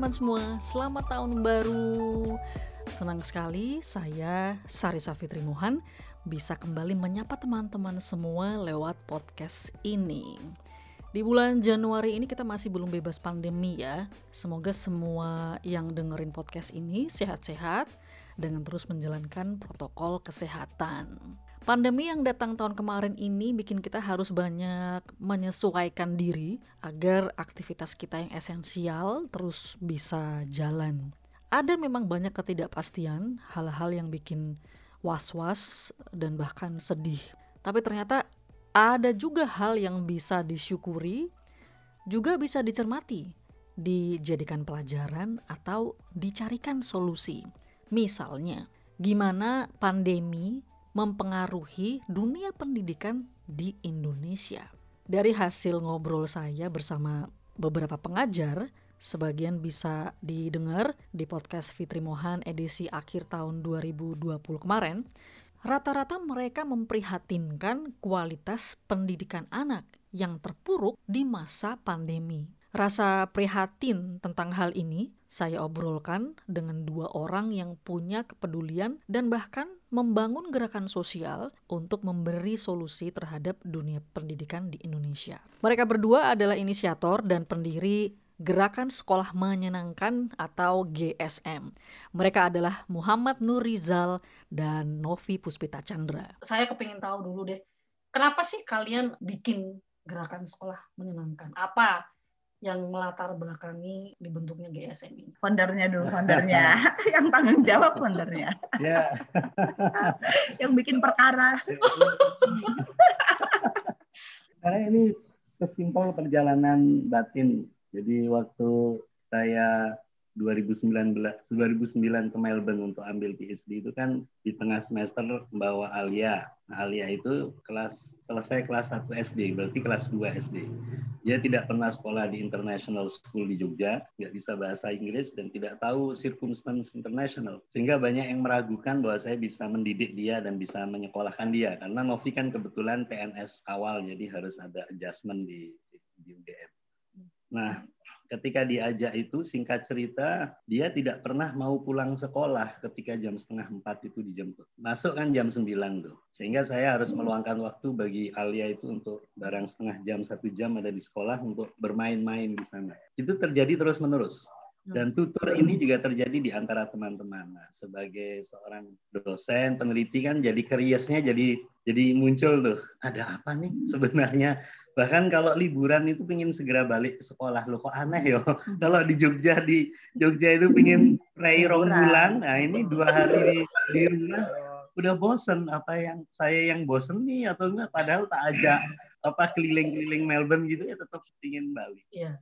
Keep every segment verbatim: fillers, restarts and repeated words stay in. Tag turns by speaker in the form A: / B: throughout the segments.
A: teman-teman semua, selamat tahun baru. Senang sekali saya, Sarisa Fitri Mohan, bisa kembali menyapa teman-teman semua lewat podcast ini. Di bulan Januari ini kita masih belum bebas pandemi ya. Semoga semua yang dengerin podcast ini sehat-sehat dengan terus menjalankan protokol kesehatan. Pandemi yang datang tahun kemarin ini bikin kita harus banyak menyesuaikan diri agar aktivitas kita yang esensial terus bisa jalan. Ada memang banyak ketidakpastian, hal-hal yang bikin was-was dan bahkan sedih. Tapi ternyata ada juga hal yang bisa disyukuri, juga bisa dicermati, dijadikan pelajaran atau dicarikan solusi. Misalnya, gimana pandemi mempengaruhi dunia pendidikan di Indonesia. Dari hasil ngobrol saya bersama beberapa pengajar, sebagian bisa didengar di podcast Fitri Mohan edisi akhir tahun dua ribu dua puluh kemarin, rata-rata mereka memprihatinkan kualitas pendidikan anak yang terpuruk di masa pandemi. Rasa prihatin tentang hal ini saya obrolkan dengan dua orang yang punya kepedulian dan bahkan membangun gerakan sosial untuk memberi solusi terhadap dunia pendidikan di Indonesia. Mereka berdua adalah inisiator dan pendiri Gerakan Sekolah Menyenangkan atau G S M. Mereka adalah Muhammad Nur Rizal dan Novi Puspita Chandra. Saya kepingin tahu dulu deh, kenapa sih kalian bikin Gerakan Sekolah Menyenangkan? Apa yang melatar belakangi dibentuknya G S M ini?
B: Foundernya dulu, foundernya. Yang tanggung jawab foundernya.
C: Ya.
B: Yang bikin perkara.
C: Karena ini sesimpel perjalanan batin. Jadi waktu saya dua ribu sembilan belas, dua ribu sembilan ke Melbourne untuk ambil P H D itu kan di tengah semester membawa Alia. Nah, Alia itu kelas selesai kelas satu S D, berarti kelas dua S D. Dia tidak pernah sekolah di international school di Jogja, nggak bisa bahasa Inggris dan tidak tahu circumstance international. Sehingga banyak yang meragukan bahwa saya bisa mendidik dia dan bisa menyekolahkan dia. Karena Novi kan kebetulan P N S awal, jadi harus ada adjustment di, di U G M. Nah, ketika diajak itu, singkat cerita, dia tidak pernah mau pulang sekolah ketika jam setengah empat itu dijemput. Masuk kan jam sembilan tuh. Sehingga saya harus meluangkan waktu bagi Alia itu untuk barang setengah jam, satu jam ada di sekolah untuk bermain-main di sana. Itu terjadi terus-menerus. Dan tutor ini juga terjadi di antara teman-teman. Nah, sebagai seorang dosen, peneliti kan jadi curious-nya jadi, jadi muncul tuh. Ada apa nih sebenarnya? Bahkan kalau liburan itu pingin segera balik ke sekolah. Loh kok aneh ya. Kalau di Jogja, di Jogja itu pingin pray rong bulan. Nah ini dua hari di, di rumah udah bosen. Apa yang saya yang bosen nih atau enggak. Padahal tak ajak apa keliling-keliling Melbourne gitu ya tetap pingin balik.
A: Iya.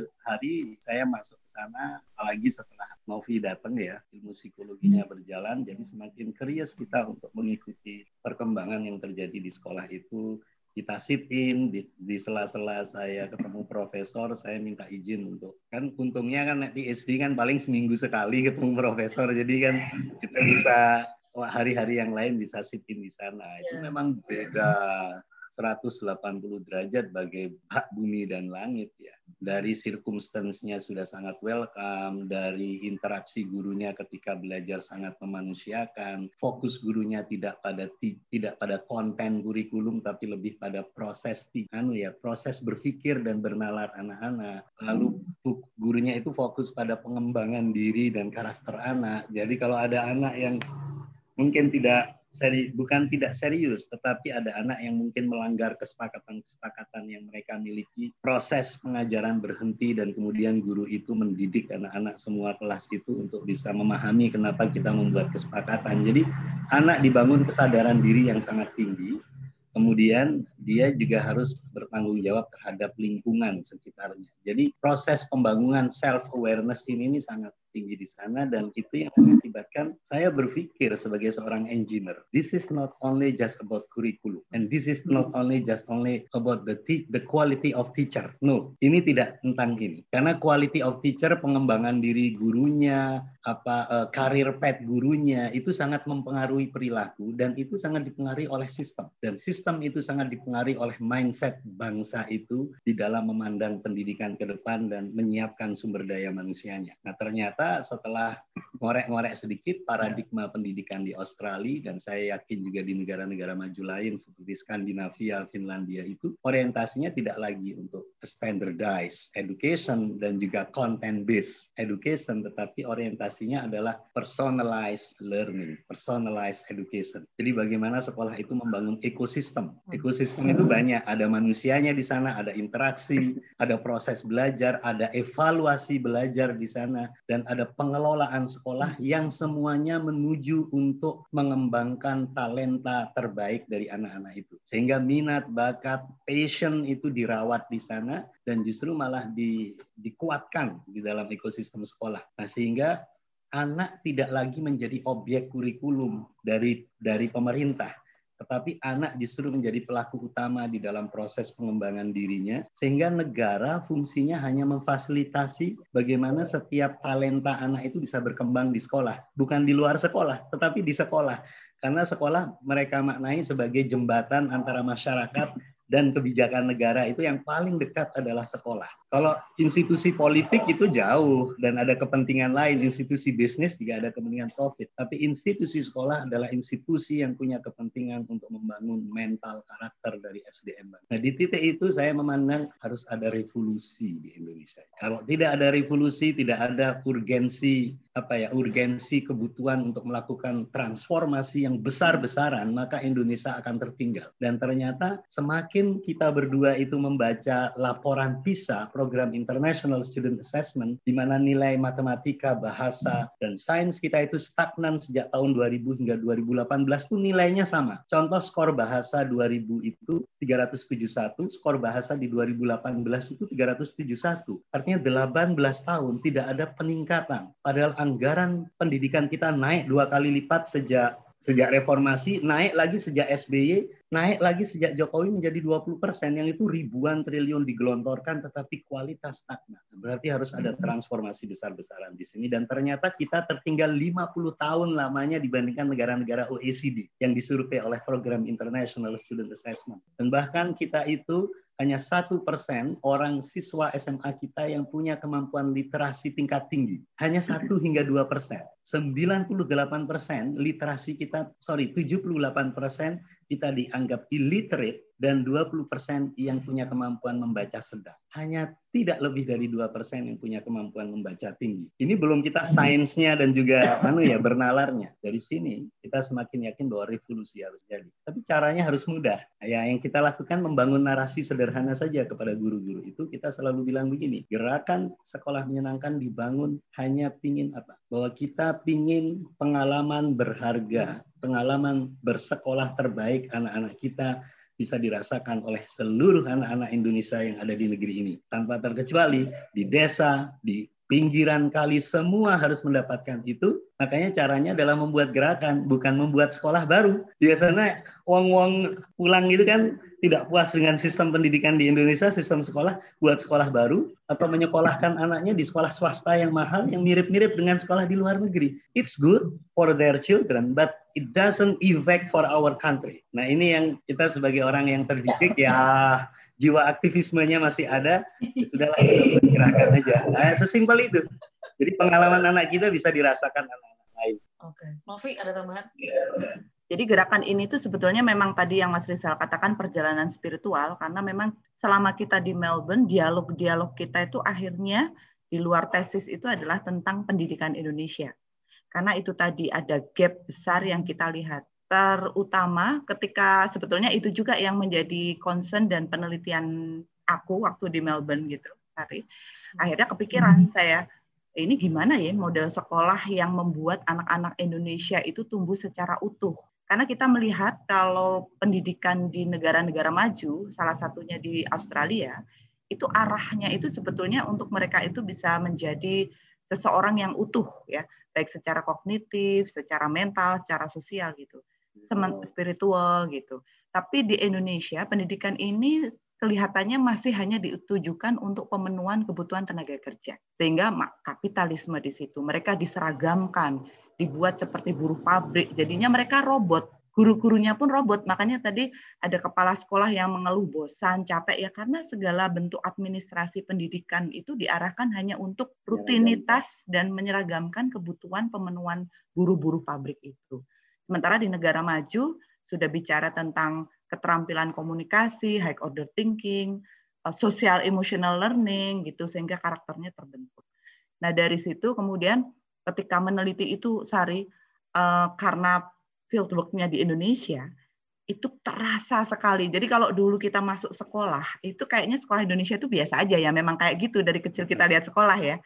C: Hari saya masuk ke sana, apalagi setelah Novi datang ya, ilmu psikologinya berjalan. Jadi semakin curious kita untuk mengikuti perkembangan yang terjadi di sekolah itu. Kita sit in di, di sela-sela saya ketemu profesor, saya minta izin untuk kan untungnya kan P H D kan paling seminggu sekali ketemu profesor, jadi kan kita bisa hari-hari yang lain bisa sit in di sana. Itu memang beda seratus delapan puluh derajat bagai bak bumi dan langit ya. Dari circumstance-nya sudah sangat welcome, dari interaksi gurunya ketika belajar sangat memanusiakan, fokus gurunya tidak pada tidak pada konten kurikulum tapi lebih pada proses anu ya, proses berpikir dan bernalar anak-anak. Lalu gurunya itu fokus pada pengembangan diri dan karakter anak. Jadi kalau ada anak yang mungkin tidak seri, bukan tidak serius, tetapi ada anak yang mungkin melanggar kesepakatan-kesepakatan yang mereka miliki. Proses pengajaran berhenti dan kemudian guru itu mendidik anak-anak semua kelas itu untuk bisa memahami kenapa kita membuat kesepakatan. Jadi anak dibangun kesadaran diri yang sangat tinggi. Kemudian dia juga harus bertanggung jawab terhadap lingkungan sekitarnya. Jadi proses pembangunan self-awareness ini, ini sangat tinggi di sana dan itu yang mengakibatkan saya berpikir sebagai seorang engineer, this is not only just about curriculum and this is not only just only about the the quality of teacher. No, ini tidak tentang ini. Karena quality of teacher, pengembangan diri gurunya, apa uh, karir path gurunya itu sangat mempengaruhi perilaku dan itu sangat dipengaruhi oleh sistem dan sistem itu sangat dipengaruhi dipengaruhi oleh mindset bangsa itu di dalam memandang pendidikan ke depan dan menyiapkan sumber daya manusianya. Nah, ternyata setelah ngorek-ngorek sedikit paradigma pendidikan di Australia, dan saya yakin juga di negara-negara maju lain seperti Skandinavia, Finlandia, itu orientasinya tidak lagi untuk standardized education dan juga content-based education, tetapi orientasinya adalah personalized learning, personalized education. Jadi bagaimana sekolah itu membangun ekosistem. Ekosistem itu banyak, ada manusianya di sana, ada interaksi, ada proses belajar, ada evaluasi belajar di sana, dan ada pengelolaan sekolah yang semuanya menuju untuk mengembangkan talenta terbaik dari anak-anak itu. Sehingga minat, bakat, passion itu dirawat di sana dan justru malah di, dikuatkan di dalam ekosistem sekolah. Nah, sehingga anak tidak lagi menjadi objek kurikulum dari dari pemerintah, tetapi anak justru menjadi pelaku utama di dalam proses pengembangan dirinya, sehingga negara fungsinya hanya memfasilitasi bagaimana setiap talenta anak itu bisa berkembang di sekolah, bukan di luar sekolah, tetapi di sekolah. Karena sekolah mereka maknai sebagai jembatan antara masyarakat dan kebijakan negara, itu yang paling dekat adalah sekolah. Kalau institusi politik itu jauh dan ada kepentingan lain, institusi bisnis juga ada kepentingan profit. Tapi institusi sekolah adalah institusi yang punya kepentingan untuk membangun mental karakter dari S D M. Nah, di titik itu saya memandang harus ada revolusi di Indonesia. Kalau tidak ada revolusi, tidak ada urgensi apa ya urgensi kebutuhan untuk melakukan transformasi yang besar-besaran, maka Indonesia akan tertinggal. Dan ternyata semakin kita berdua itu membaca laporan PISA, program International Student Assessment, di mana nilai matematika, bahasa, dan sains kita itu stagnan sejak tahun dua ribu hingga dua ribu delapan belas, itu nilainya sama. Contoh skor bahasa dua ribu itu tiga ratus tujuh puluh satu, skor bahasa di dua ribu delapan belas itu tiga ratus tujuh puluh satu. Artinya delapan belas tahun tidak ada peningkatan. Padahal anggaran pendidikan kita naik dua kali lipat sejak sejak reformasi, naik lagi sejak S B Y, naik lagi sejak Jokowi menjadi dua puluh persen, yang itu ribuan triliun digelontorkan tetapi kualitas stagnan. Berarti harus ada transformasi besar-besaran di sini, dan ternyata kita tertinggal lima puluh tahun lamanya dibandingkan negara-negara O E C D yang disurvei oleh program International Student Assessment. Dan bahkan kita itu hanya satu persen orang siswa S M A kita yang punya kemampuan literasi tingkat tinggi. Hanya satu hingga dua persen. sembilan puluh delapan persen literasi kita, sorry, tujuh puluh delapan persen kita dianggap illiterate, dan dua puluh persen yang punya kemampuan membaca sedang. Hanya tidak lebih dari dua persen yang punya kemampuan membaca tinggi. Ini belum kita sainsnya dan juga anu ya bernalarnya. Dari sini kita semakin yakin bahwa revolusi harus jadi. Tapi caranya harus mudah. Ya, yang kita lakukan membangun narasi sederhana saja kepada guru-guru itu. Kita selalu bilang begini, gerakan sekolah menyenangkan dibangun hanya pingin apa? Bahwa kita pingin pengalaman berharga, pengalaman bersekolah terbaik anak-anak kita bisa dirasakan oleh seluruh anak-anak Indonesia yang ada di negeri ini. Tanpa terkecuali di desa, di pinggiran kali, semua harus mendapatkan itu. Makanya caranya adalah membuat gerakan, bukan membuat sekolah baru. Biasanya wong-wong pulang gitu kan tidak puas dengan sistem pendidikan di Indonesia, sistem sekolah, buat sekolah baru, atau menyekolahkan anaknya di sekolah swasta yang mahal, yang mirip-mirip dengan sekolah di luar negeri. It's good for their children, but it doesn't effect for our country. Nah, ini yang kita sebagai orang yang terdidik, ya jiwa aktivismenya masih ada, ya sudahlah kita buat gerakan aja. Nah, sesimpel itu. Jadi pengalaman anak kita bisa dirasakan anak-anak lain.
A: Oke, Novi ada tambahan?
B: Jadi gerakan ini tuh sebetulnya memang tadi yang Mas Rizal katakan perjalanan spiritual, karena memang selama kita di Melbourne, dialog-dialog kita itu akhirnya di luar tesis itu adalah tentang pendidikan Indonesia. Karena itu tadi ada gap besar yang kita lihat. Terutama ketika sebetulnya itu juga yang menjadi concern dan penelitian aku waktu di Melbourne gitu, Sari. Akhirnya kepikiran saya, ini gimana ya model sekolah yang membuat anak-anak Indonesia itu tumbuh secara utuh. Karena kita melihat kalau pendidikan di negara-negara maju, salah satunya di Australia, itu arahnya itu sebetulnya untuk mereka itu bisa menjadi seseorang yang utuh, ya, baik secara kognitif, secara mental, secara sosial gitu, spiritual gitu. Tapi di Indonesia pendidikan ini kelihatannya masih hanya ditujukan untuk pemenuhan kebutuhan tenaga kerja, sehingga kapitalisme di situ mereka diseragamkan, dibuat seperti buruh pabrik, jadinya mereka robot Guru-gurunya pun robot, makanya tadi ada kepala sekolah yang mengeluh bosan, capek ya karena segala bentuk administrasi pendidikan itu diarahkan hanya untuk rutinitas dan menyeragamkan kebutuhan pemenuhan buru-buru pabrik itu. Sementara di negara maju sudah bicara tentang keterampilan komunikasi, high order thinking, social emotional learning gitu sehingga karakternya terbentuk. Nah, dari situ kemudian ketika meneliti itu Sari uh, karena fieldwork-nya di Indonesia itu terasa sekali. Jadi kalau dulu kita masuk sekolah, itu kayaknya sekolah Indonesia itu biasa aja ya, memang kayak gitu dari kecil kita lihat sekolah ya.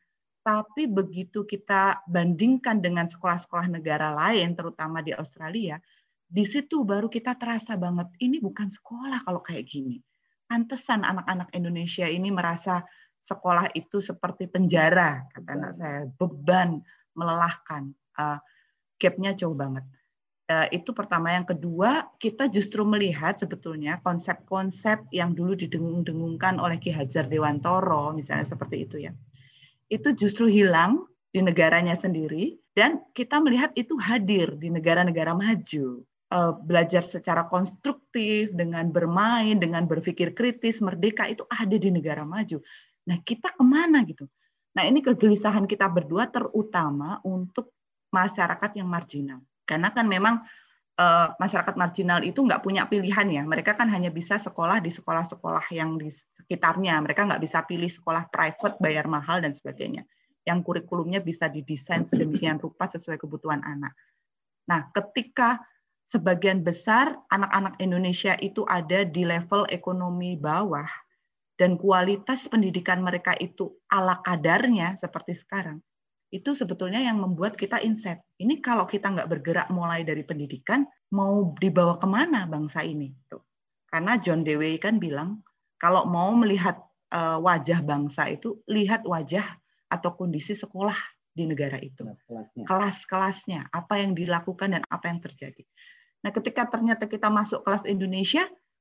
B: Tapi begitu kita bandingkan dengan sekolah-sekolah negara lain, terutama di Australia, di situ baru kita terasa banget, ini bukan sekolah kalau kayak gini. Pantesan anak-anak Indonesia ini merasa sekolah itu seperti penjara, kata anak saya, beban, melelahkan. Uh, gap-nya jauh banget. Uh, itu pertama. Yang kedua, kita justru melihat sebetulnya konsep-konsep yang dulu didengung-dengungkan oleh Ki Hajar Dewantoro, misalnya seperti itu ya, itu justru hilang di negaranya sendiri, dan kita melihat itu hadir di negara-negara maju. Uh, belajar secara konstruktif, dengan bermain, dengan berpikir kritis, merdeka, itu ada di negara maju. Nah, kita kemana gitu? Nah, ini kegelisahan kita berdua terutama untuk masyarakat yang marginal. Karena kan memang uh, masyarakat marginal itu nggak punya pilihan ya. Mereka kan hanya bisa sekolah di sekolah-sekolah yang di sekitarnya. Mereka nggak bisa pilih sekolah private, bayar mahal, dan sebagainya. Yang kurikulumnya bisa didesain sedemikian rupa sesuai kebutuhan anak. Nah, ketika sebagian besar anak-anak Indonesia itu ada di level ekonomi bawah, dan kualitas pendidikan mereka itu ala kadarnya seperti sekarang, itu sebetulnya yang membuat kita insight. Ini kalau kita nggak bergerak mulai dari pendidikan, mau dibawa kemana bangsa ini? Tuh. Karena John Dewey kan bilang, kalau mau melihat uh, wajah bangsa itu, lihat wajah atau kondisi sekolah di negara itu. Kelas-kelasnya. Kelas-kelasnya, apa yang dilakukan dan apa yang terjadi. Nah, ketika ternyata kita masuk kelas Indonesia,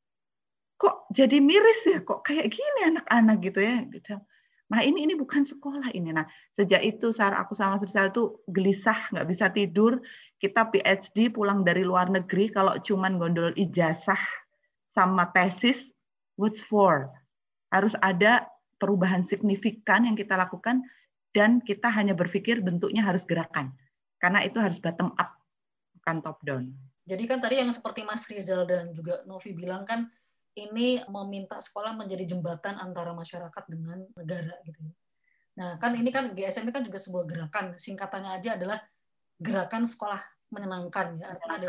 B: kok jadi miris ya? Kok kayak gini anak-anak gitu ya? Gitu. Nah ini ini bukan sekolah ini. Nah sejak itu Sar, aku sama Srisal itu gelisah, nggak bisa tidur. Kita P H D pulang dari luar negeri, kalau cuman gondol ijazah sama tesis, what's for? Harus ada perubahan signifikan yang kita lakukan, dan kita hanya berpikir bentuknya harus gerakan. Karena itu harus bottom up, bukan top down.
A: Jadi kan tadi yang seperti Mas Rizal dan juga Novi bilang kan, ini meminta sekolah menjadi jembatan antara masyarakat dengan negara gitu. Nah, kan ini kan G S M kan juga sebuah gerakan, singkatannya aja adalah gerakan sekolah menyenangkan ya. Ada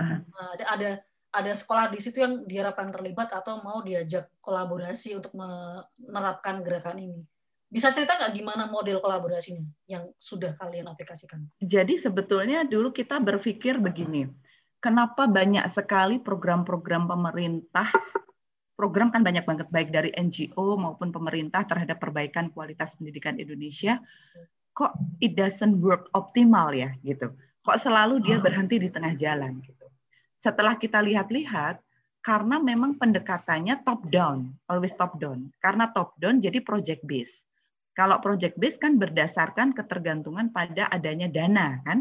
A: ada ada ada sekolah di situ yang diharapkan terlibat atau mau diajak kolaborasi untuk menerapkan gerakan ini. Bisa cerita nggak gimana model kolaborasinya yang sudah kalian aplikasikan?
B: Jadi sebetulnya dulu kita berpikir begini, kenapa banyak sekali program-program pemerintah, program kan banyak banget, baik dari N G O maupun pemerintah terhadap perbaikan kualitas pendidikan Indonesia, kok it doesn't work optimal ya gitu. Kok selalu dia berhenti di tengah jalan gitu. Setelah kita lihat-lihat, karena memang pendekatannya top down, always top down. Karena top down jadi project based. Kalau project based kan berdasarkan ketergantungan pada adanya dana kan.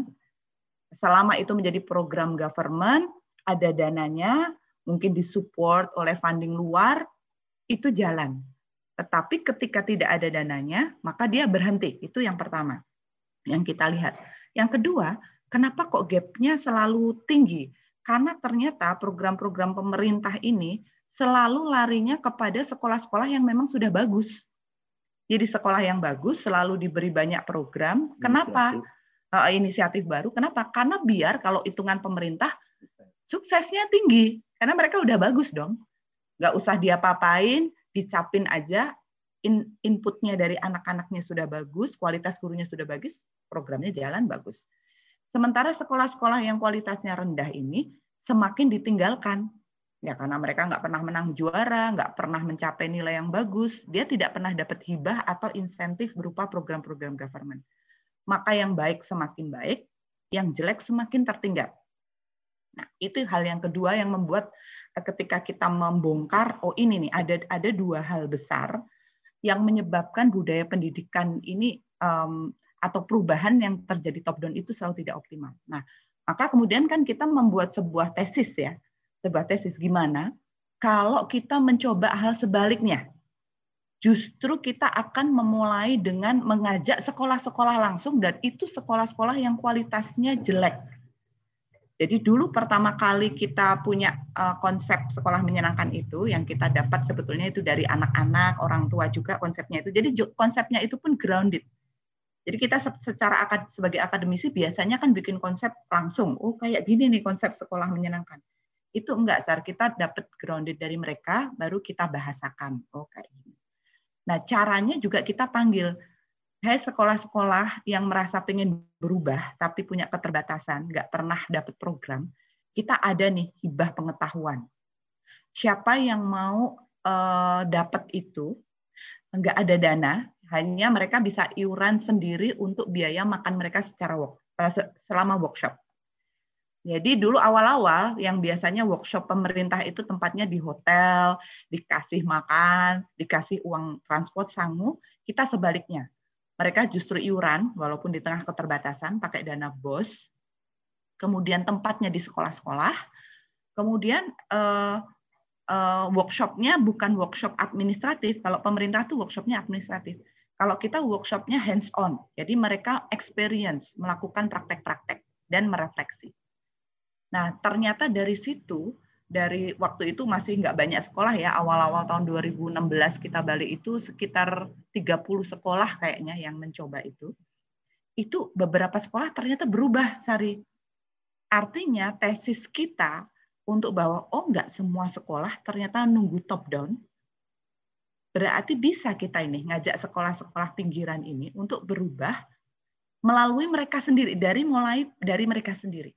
B: Selama itu menjadi program government, ada dananya, mungkin disupport oleh funding luar, itu jalan. Tetapi ketika tidak ada dananya, maka dia berhenti. Itu yang pertama, yang kita lihat. Yang kedua, kenapa kok gap-nya selalu tinggi? Karena ternyata program-program pemerintah ini selalu larinya kepada sekolah-sekolah yang memang sudah bagus. Jadi sekolah yang bagus selalu diberi banyak program. Kenapa? Inisiatif, inisiatif baru. Kenapa? Karena biar kalau hitungan pemerintah, suksesnya tinggi. Karena mereka udah bagus dong. Nggak usah diapa-apain, dicapin aja, in, inputnya dari anak-anaknya sudah bagus, kualitas gurunya sudah bagus, programnya jalan bagus. Sementara sekolah-sekolah yang kualitasnya rendah ini semakin ditinggalkan. Ya karena mereka nggak pernah menang juara, nggak pernah mencapai nilai yang bagus, dia tidak pernah dapat hibah atau insentif berupa program-program government. Maka yang baik semakin baik, yang jelek semakin tertinggal. Nah, itu hal yang kedua yang membuat ketika kita membongkar, oh ini nih ada ada dua hal besar yang menyebabkan budaya pendidikan ini um, atau perubahan yang terjadi top down itu selalu tidak optimal. Nah, Maka kemudian kan kita membuat sebuah tesis ya, sebuah tesis gimana kalau kita mencoba hal sebaliknya. Justru kita akan memulai dengan mengajak sekolah-sekolah langsung, dan itu sekolah-sekolah yang kualitasnya jelek. Jadi dulu pertama kali kita punya uh, konsep sekolah menyenangkan itu, yang kita dapat sebetulnya itu dari anak-anak, orang tua juga konsepnya itu. Jadi konsepnya itu pun grounded. Jadi kita secara akad, sebagai akademisi biasanya kan bikin konsep langsung, oh kayak gini nih konsep sekolah menyenangkan. Itu enggak, Sar. Kita dapat grounded dari mereka, baru kita bahasakan. Oh kayak gini. Nah caranya juga kita panggil, hai sekolah-sekolah yang merasa pengen berubah tapi punya keterbatasan, nggak pernah dapat program, kita ada nih hibah pengetahuan. Siapa yang mau uh, dapat itu, nggak ada dana, hanya mereka bisa iuran sendiri untuk biaya makan mereka secara work, uh, selama workshop. Jadi dulu awal-awal yang biasanya workshop pemerintah itu tempatnya di hotel, dikasih makan, dikasih uang transport sangu, kita sebaliknya. Mereka justru iuran, walaupun di tengah keterbatasan, pakai dana B O S. Kemudian tempatnya di sekolah-sekolah. Kemudian uh, uh, workshopnya bukan workshop administratif. Kalau pemerintah tuh workshopnya administratif. Kalau kita workshopnya hands-on. Jadi mereka experience, melakukan praktek-praktek dan merefleksi. Nah, ternyata dari situ, dari waktu itu masih nggak banyak sekolah ya, awal-awal tahun dua ribu enam belas kita balik itu sekitar tiga puluh sekolah kayaknya yang mencoba itu. Itu beberapa sekolah ternyata berubah, Sari. Artinya tesis kita untuk bahwa oh nggak semua sekolah ternyata nunggu top down, berarti bisa kita ini ngajak sekolah-sekolah pinggiran ini untuk berubah melalui mereka sendiri, dari mulai dari mereka sendiri.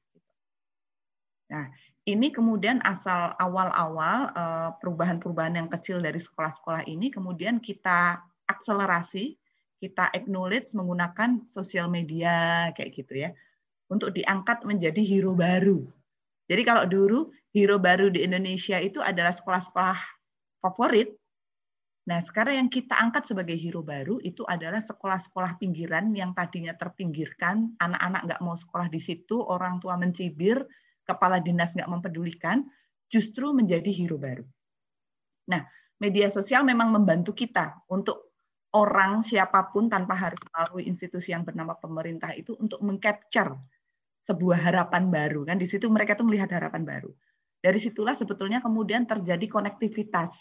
B: Nah, ini kemudian asal awal-awal perubahan-perubahan yang kecil dari sekolah-sekolah ini kemudian kita akselerasi, kita acknowledge menggunakan sosial media kayak gitu ya, untuk diangkat menjadi hero baru. Jadi kalau dulu hero baru di Indonesia itu adalah sekolah-sekolah favorit, nah sekarang yang kita angkat sebagai hero baru itu adalah sekolah-sekolah pinggiran yang tadinya terpinggirkan, anak-anak nggak mau sekolah di situ, orang tua mencibir, kepala dinas nggak mempedulikan, justru menjadi hero baru. Nah, media sosial memang membantu kita untuk orang siapapun tanpa harus melalui institusi yang bernama pemerintah itu untuk mengcapture sebuah harapan baru. Kan di situ mereka tuh melihat harapan baru. Dari situlah sebetulnya kemudian terjadi konektivitas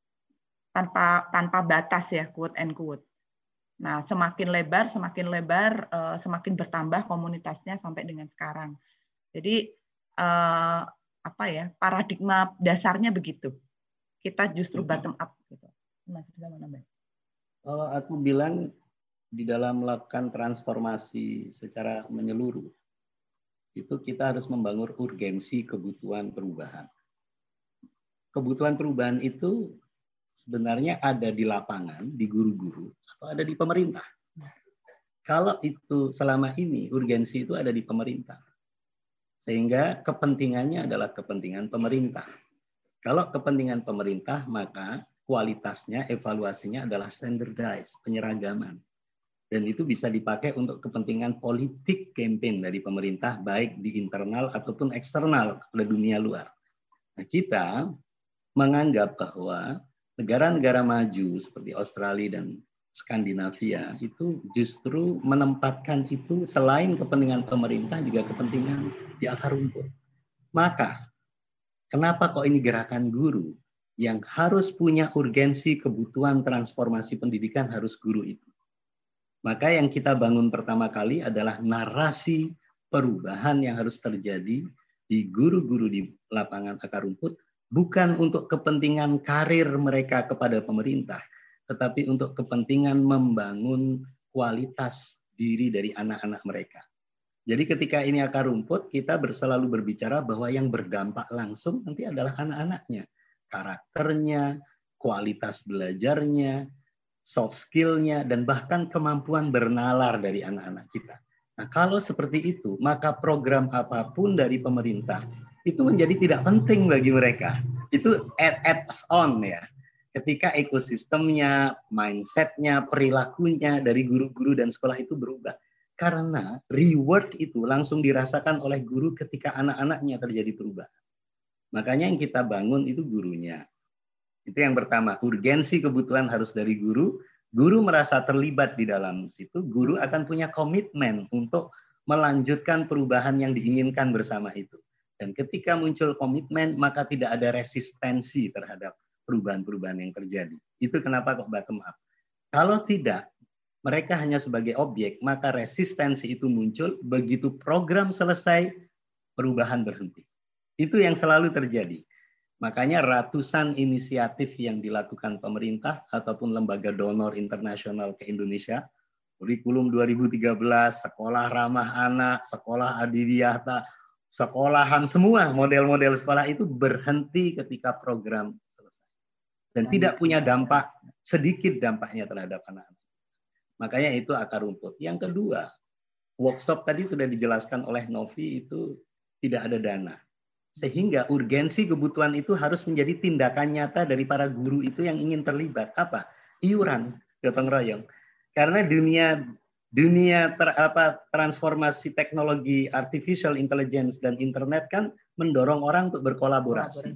B: tanpa tanpa batas ya, quote and quote. Nah, semakin lebar, semakin lebar, semakin bertambah komunitasnya sampai dengan sekarang. Jadi Uh, apa ya, paradigma dasarnya begitu. Kita justru bottom up gitu. Mas Rizal mau nambahin?
C: Kalau aku bilang di dalam melakukan transformasi secara menyeluruh, itu kita harus membangun urgensi kebutuhan perubahan. Kebutuhan perubahan itu sebenarnya ada di lapangan, di guru-guru, atau ada di pemerintah. Kalau itu selama ini urgensi itu ada di pemerintah. Sehingga kepentingannya adalah kepentingan pemerintah. Kalau kepentingan pemerintah, maka kualitasnya, evaluasinya adalah standardized, penyeragaman. Dan itu bisa dipakai untuk kepentingan politik campaign dari pemerintah, baik di internal ataupun eksternal ke dunia luar. Nah, kita menganggap bahwa negara-negara maju seperti Australia dan Skandinavia itu justru menempatkan itu selain kepentingan pemerintah juga kepentingan di akar rumput. Maka kenapa kok ini gerakan guru yang harus punya urgensi kebutuhan transformasi pendidikan harus guru itu? Maka yang kita bangun pertama kali adalah narasi perubahan yang harus terjadi di guru-guru di lapangan akar rumput, bukan untuk kepentingan karir mereka kepada pemerintah, tetapi untuk kepentingan membangun kualitas diri dari anak-anak mereka. Jadi ketika ini akar rumput, kita selalu berbicara bahwa yang berdampak langsung nanti adalah anak-anaknya. Karakternya, kualitas belajarnya, soft skill-nya, dan bahkan kemampuan bernalar dari anak-anak kita. Nah, kalau seperti itu, maka program apapun dari pemerintah itu menjadi tidak penting bagi mereka. Itu add-ons on ya. Ketika ekosistemnya, mindset-nya, perilakunya dari guru-guru dan sekolah itu berubah. Karena reward itu langsung dirasakan oleh guru ketika anak-anaknya terjadi perubahan. Makanya yang kita bangun itu gurunya. Itu yang pertama, urgensi kebutuhan harus dari guru. Guru merasa terlibat di dalam situ, guru akan punya komitmen untuk melanjutkan perubahan yang diinginkan bersama itu. Dan ketika muncul komitmen, maka tidak ada resistensi terhadap perubahan-perubahan yang terjadi. Itu kenapa kok bottom up. Kalau tidak, mereka hanya sebagai objek, maka resistensi itu muncul, begitu program selesai, perubahan berhenti. Itu yang selalu terjadi. Makanya ratusan inisiatif yang dilakukan pemerintah ataupun lembaga donor internasional ke Indonesia, kurikulum dua ribu tiga belas, sekolah ramah anak, sekolah adiwiyata, sekolahan, semua model-model sekolah itu berhenti ketika program selesai. Dan tidak punya dampak, sedikit dampaknya terhadap anak-anak. Makanya itu akar rumput. Yang kedua, workshop tadi sudah dijelaskan oleh Novi itu tidak ada dana. Sehingga urgensi kebutuhan itu harus menjadi tindakan nyata dari para guru itu yang ingin terlibat. Apa? Iuran, gotong royong. Karena dunia dunia ter, apa, transformasi teknologi artificial intelligence dan internet kan mendorong orang untuk berkolaborasi.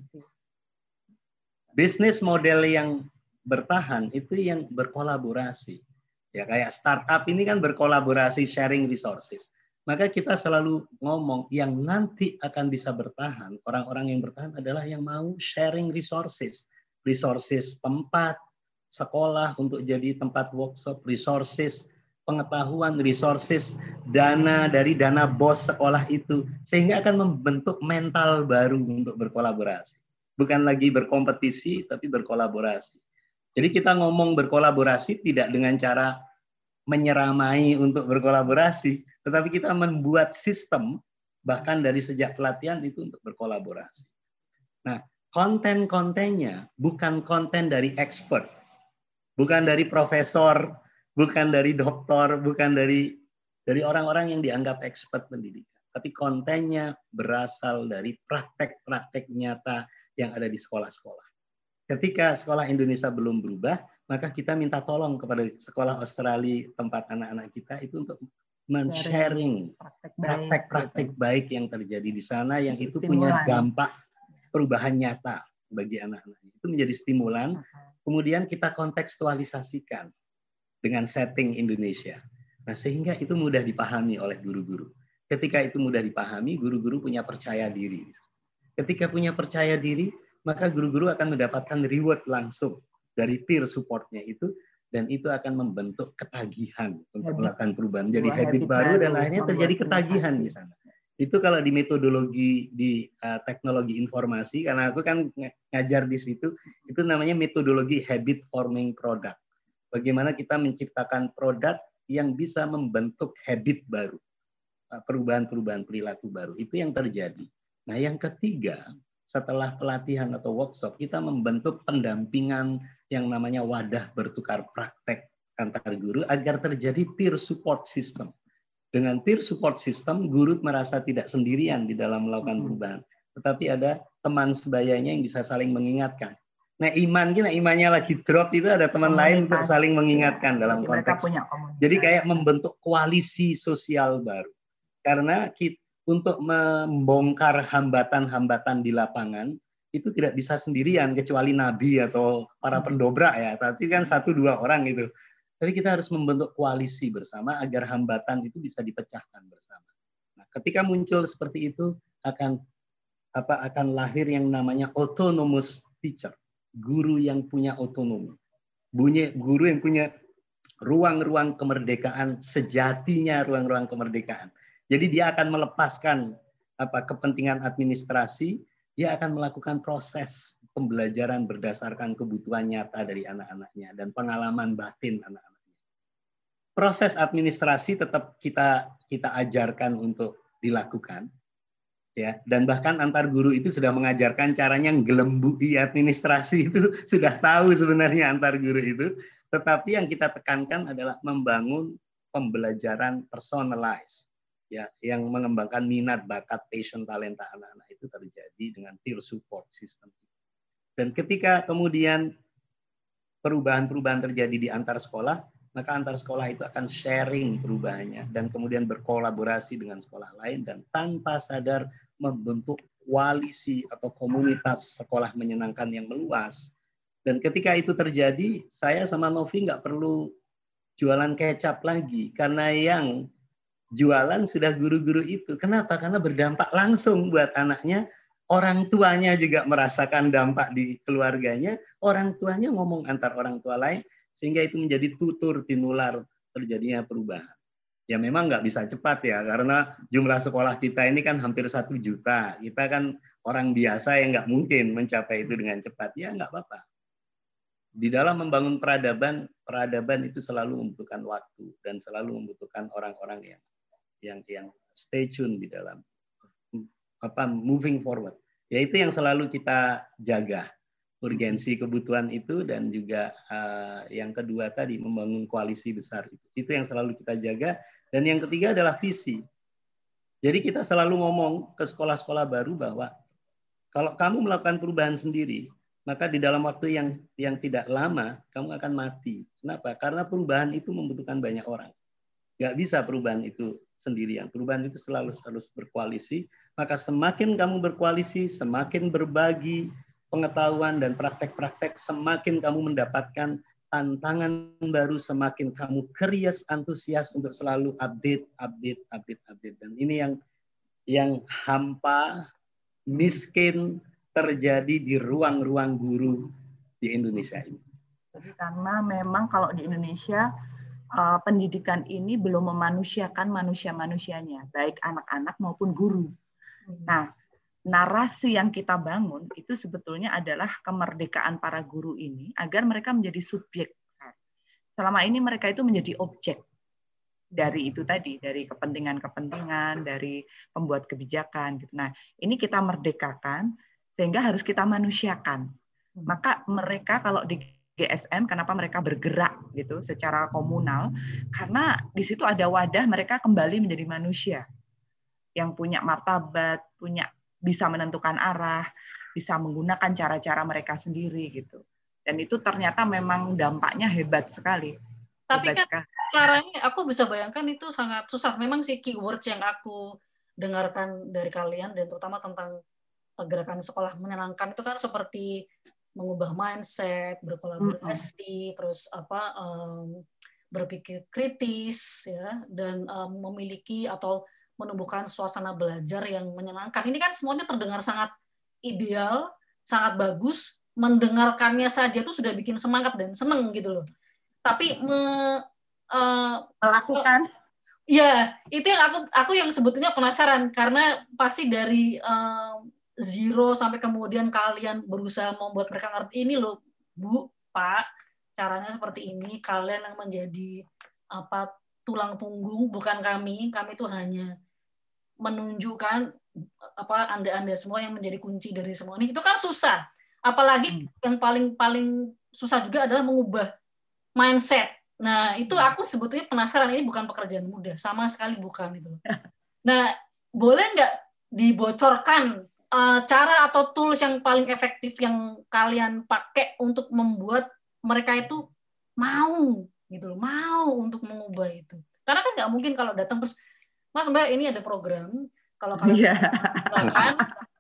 C: Bisnis model yang bertahan itu yang berkolaborasi. Ya, kayak startup ini kan berkolaborasi, sharing resources. Maka kita selalu ngomong yang nanti akan bisa bertahan, orang-orang yang bertahan adalah yang mau sharing resources. Resources tempat, sekolah untuk jadi tempat workshop, resources pengetahuan, resources dana dari dana bos sekolah itu. Sehingga akan membentuk mental baru untuk berkolaborasi. Bukan lagi berkompetisi, tapi berkolaborasi. Jadi kita ngomong berkolaborasi tidak dengan cara menyeramai untuk berkolaborasi, tetapi kita membuat sistem bahkan dari sejak pelatihan itu untuk berkolaborasi. Nah, konten-kontennya bukan konten dari expert, bukan dari profesor, bukan dari doktor, bukan dari dari orang-orang yang dianggap expert pendidikan, tapi kontennya berasal dari praktek-praktek nyata yang ada di sekolah-sekolah. Ketika sekolah Indonesia belum berubah, maka kita minta tolong kepada sekolah Australia tempat anak-anak kita itu untuk men-sharing praktek-praktek baik yang terjadi di sana yang itu punya dampak perubahan nyata bagi anak-anak. Itu menjadi stimulan. Kemudian kita kontekstualisasikan dengan setting Indonesia. Nah, sehingga itu mudah dipahami oleh guru-guru. Ketika itu mudah dipahami, guru-guru punya percaya diri. Ketika punya percaya diri, maka guru-guru akan mendapatkan reward langsung dari peer support-nya itu, dan itu akan membentuk ketagihan untuk habit, melakukan perubahan. Jadi habit, habit baru dan akhirnya terjadi ketagihan di sana. Itu kalau di metodologi di uh, teknologi informasi, karena aku kan ngajar di situ, itu namanya metodologi habit forming product. Bagaimana kita menciptakan produk yang bisa membentuk habit baru, perubahan-perubahan perilaku baru. Itu yang terjadi. Nah, yang ketiga, setelah pelatihan atau workshop, kita membentuk pendampingan yang namanya wadah bertukar praktek antar guru agar terjadi peer support system. Dengan peer support system, guru merasa tidak sendirian di dalam melakukan perubahan, tetapi ada teman sebayanya yang bisa saling mengingatkan. Nah, iman kita, imannya lagi drop itu ada teman lain untuk saling mengingatkan dalam konteks. Jadi kayak membentuk koalisi sosial baru. Karena kita untuk membongkar hambatan-hambatan di lapangan itu tidak bisa sendirian kecuali nabi atau para pendobrak ya. Tapi kan satu dua orang itu. Tapi kita harus membentuk koalisi bersama agar hambatan itu bisa dipecahkan bersama. Nah, ketika muncul seperti itu akan apa akan lahir yang namanya autonomous teacher, guru yang punya otonomi, bunyi guru yang punya ruang-ruang kemerdekaan sejatinya, ruang-ruang kemerdekaan. Jadi dia akan melepaskan apa kepentingan administrasi, dia akan melakukan proses pembelajaran berdasarkan kebutuhan nyata dari anak-anaknya dan pengalaman batin anak-anaknya. Proses administrasi tetap kita kita ajarkan untuk dilakukan, ya. Dan bahkan antar guru itu sudah mengajarkan caranya ngelembui administrasi itu sudah tahu sebenarnya antar guru itu. Tetapi yang kita tekankan adalah membangun pembelajaran personalized. Ya, yang mengembangkan minat, bakat, passion, talenta anak-anak itu terjadi dengan peer support system. Dan ketika kemudian perubahan-perubahan terjadi di antar sekolah, maka antar sekolah itu akan sharing perubahannya dan kemudian berkolaborasi dengan sekolah lain dan tanpa sadar membentuk koalisi atau komunitas sekolah menyenangkan yang meluas. Dan ketika itu terjadi, saya sama Novi nggak perlu jualan kecap lagi karena yang jualan sudah guru-guru itu. Kenapa? Karena berdampak langsung buat anaknya. Orang tuanya juga merasakan dampak di keluarganya. Orang tuanya ngomong antar orang tua lain. Sehingga itu menjadi tutur tinular terjadinya perubahan. Ya memang nggak bisa cepat ya. Karena jumlah sekolah kita ini kan hampir satu juta. Kita kan orang biasa yang nggak mungkin mencapai itu dengan cepat. Ya nggak apa-apa. Di dalam membangun peradaban, peradaban itu selalu membutuhkan waktu. Dan selalu membutuhkan orang-orang yang yang yang stay tune di dalam apa moving forward. Yaitu yang selalu kita jaga, urgensi kebutuhan itu, dan juga uh, yang kedua tadi membangun koalisi besar itu. Itu yang selalu kita jaga. Dan yang ketiga adalah visi. Jadi kita selalu ngomong ke sekolah-sekolah baru bahwa kalau kamu melakukan perubahan sendiri, maka di dalam waktu yang yang tidak lama kamu akan mati. Kenapa? Karena perubahan itu membutuhkan banyak orang. Nggak bisa perubahan itu sendirian. Perubahan itu selalu harus berkoalisi. Maka semakin kamu berkoalisi, semakin berbagi pengetahuan dan praktek-praktek, semakin kamu mendapatkan tantangan baru, semakin kamu curious, antusias untuk selalu update, update, update, update. Dan ini yang yang hampa, miskin terjadi di ruang-ruang guru di Indonesia ini.
B: Jadi karena memang kalau di Indonesia uh, pendidikan ini belum memanusiakan manusia-manusianya, baik anak-anak maupun guru. Nah, narasi yang kita bangun itu sebetulnya adalah kemerdekaan para guru ini agar mereka menjadi subjek. Selama ini mereka itu menjadi objek dari itu tadi, dari kepentingan-kepentingan, dari pembuat kebijakan. Nah, ini kita merdekakan sehingga harus kita manusiakan. Maka mereka kalau di G S M, kenapa mereka bergerak gitu secara komunal? Karena di situ ada wadah mereka kembali menjadi manusia yang punya martabat, punya bisa menentukan arah, bisa menggunakan cara-cara mereka sendiri gitu. Dan itu ternyata memang dampaknya hebat sekali.
A: Tapi
B: hebat
A: kan
B: sekali.
A: caranya aku bisa bayangkan itu sangat susah. Memang sih keywords yang aku dengarkan dari kalian dan terutama tentang gerakan sekolah menyenangkan itu kan seperti mengubah mindset, berkolaborasi, mm-hmm. terus apa um, berpikir kritis ya, dan um, memiliki atau menumbuhkan suasana belajar yang menyenangkan. Ini kan semuanya terdengar sangat ideal, sangat bagus. Mendengarkannya saja tuh sudah bikin semangat dan seneng gitu loh. Tapi me, uh,
B: melakukan,
A: ya itu yang aku aku yang sebetulnya penasaran karena pasti dari uh, zero sampai kemudian kalian berusaha membuat mereka ngerti ini loh, Bu, Pak, caranya seperti ini. Kalian yang menjadi apa tulang punggung, bukan kami. Kami itu hanya menunjukkan apa anda-anda semua yang menjadi kunci dari semua ini. Itu kan susah. Apalagi hmm. yang paling paling susah juga adalah mengubah mindset. Nah, itu aku sebetulnya penasaran, ini bukan pekerjaan mudah, sama sekali bukan itu. Nah, boleh nggak dibocorkan uh, cara atau tools yang paling efektif yang kalian pakai untuk membuat mereka itu mau gitu loh, mau untuk mengubah itu. Karena kan nggak mungkin kalau datang terus, Mas Mbak ini ada program, kalau kalian silakan,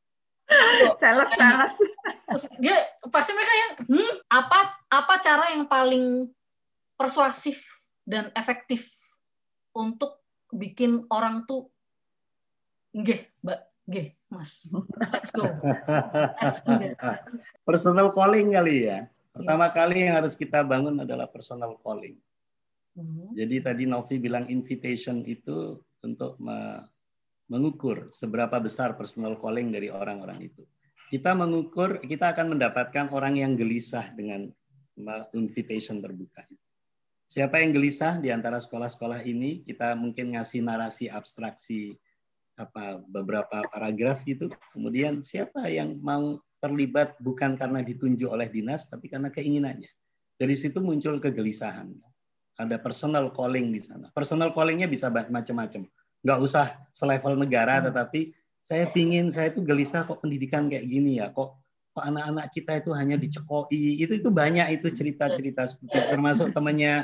B: sales-sales.
A: Terus dia pasti mereka yang hmm, apa apa cara yang paling persuasif dan efektif untuk bikin orang tuh nggih, Mbak, nggih, Mas. Let's go. Let's do that.
C: Personal calling kali ya. Pertama yeah. kali yang harus kita bangun adalah personal calling. Mm-hmm. Jadi tadi Novi bilang invitation itu untuk me- mengukur seberapa besar personal calling dari orang-orang itu. Kita mengukur, kita akan mendapatkan orang yang gelisah dengan invitation terbuka. Siapa yang gelisah di antara sekolah-sekolah ini, kita mungkin ngasih narasi abstraksi apa beberapa paragraf gitu. Kemudian siapa yang mau terlibat bukan karena ditunjuk oleh dinas, tapi karena keinginannya. Dari situ muncul kegelisahan. Ada personal calling di sana. Personal callingnya bisa macam-macam. Nggak usah selevel negara, hmm. tetapi saya pingin, saya tuh gelisah kok pendidikan kayak gini ya, kok kok anak-anak kita itu hanya dicekoi. Itu itu banyak itu cerita-cerita seperti termasuk temannya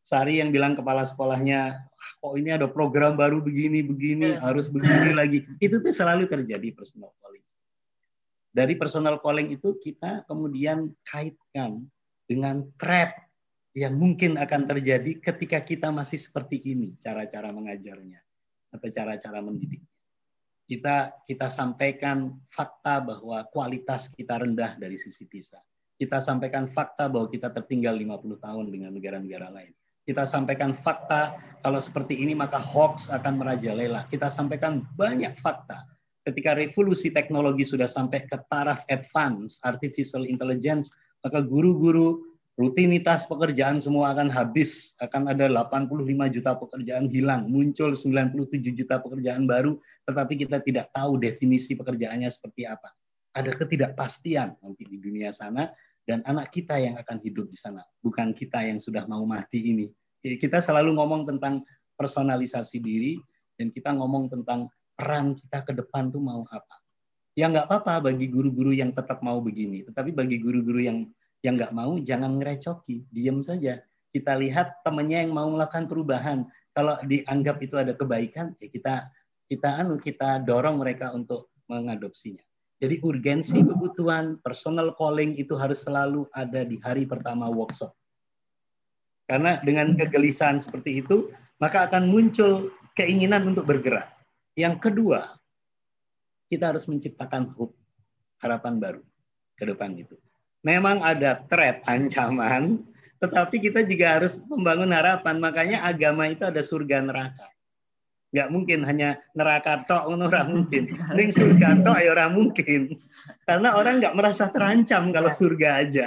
C: Sari yang bilang kepala sekolahnya, kok ini ada program baru begini-begini, harus begini lagi. Itu tuh selalu terjadi personal calling. Dari personal calling itu kita kemudian kaitkan dengan trap yang mungkin akan terjadi ketika kita masih seperti ini, cara-cara mengajarnya atau cara-cara mendidiknya. Kita kita sampaikan fakta bahwa kualitas kita rendah dari sisi PISA. Kita sampaikan fakta bahwa kita tertinggal lima puluh tahun dengan negara-negara lain. Kita sampaikan fakta kalau seperti ini maka hoax akan merajalela. Kita sampaikan banyak fakta. Ketika revolusi teknologi sudah sampai ke taraf advance, artificial intelligence, maka guru-guru rutinitas pekerjaan semua akan habis, akan ada delapan puluh lima juta pekerjaan hilang, muncul sembilan puluh tujuh juta pekerjaan baru, tetapi kita tidak tahu definisi pekerjaannya seperti apa. Ada ketidakpastian nanti di dunia sana, dan anak kita yang akan hidup di sana, bukan kita yang sudah mau mati ini. Jadi kita selalu ngomong tentang personalisasi diri, dan kita ngomong tentang peran kita ke depan tuh mau apa. Ya nggak apa-apa bagi guru-guru yang tetap mau begini, tetapi bagi guru-guru yang yang nggak mau, jangan ngerecoki, diam saja. Kita lihat temannya yang mau melakukan perubahan. Kalau dianggap itu ada kebaikan, ya kita kita anu kita dorong mereka untuk mengadopsinya. Jadi urgensi kebutuhan personal calling itu harus selalu ada di hari pertama workshop. Karena dengan kegelisahan seperti itu, maka akan muncul keinginan untuk bergerak. Yang kedua, kita harus menciptakan hope, harapan baru ke depan itu. Memang ada threat, ancaman, tetapi kita juga harus membangun harapan. Makanya agama itu ada surga neraka. Nggak mungkin hanya neraka tok, ora mungkin. Ning surga tok ya ora mungkin. Karena orang nggak merasa terancam kalau surga aja.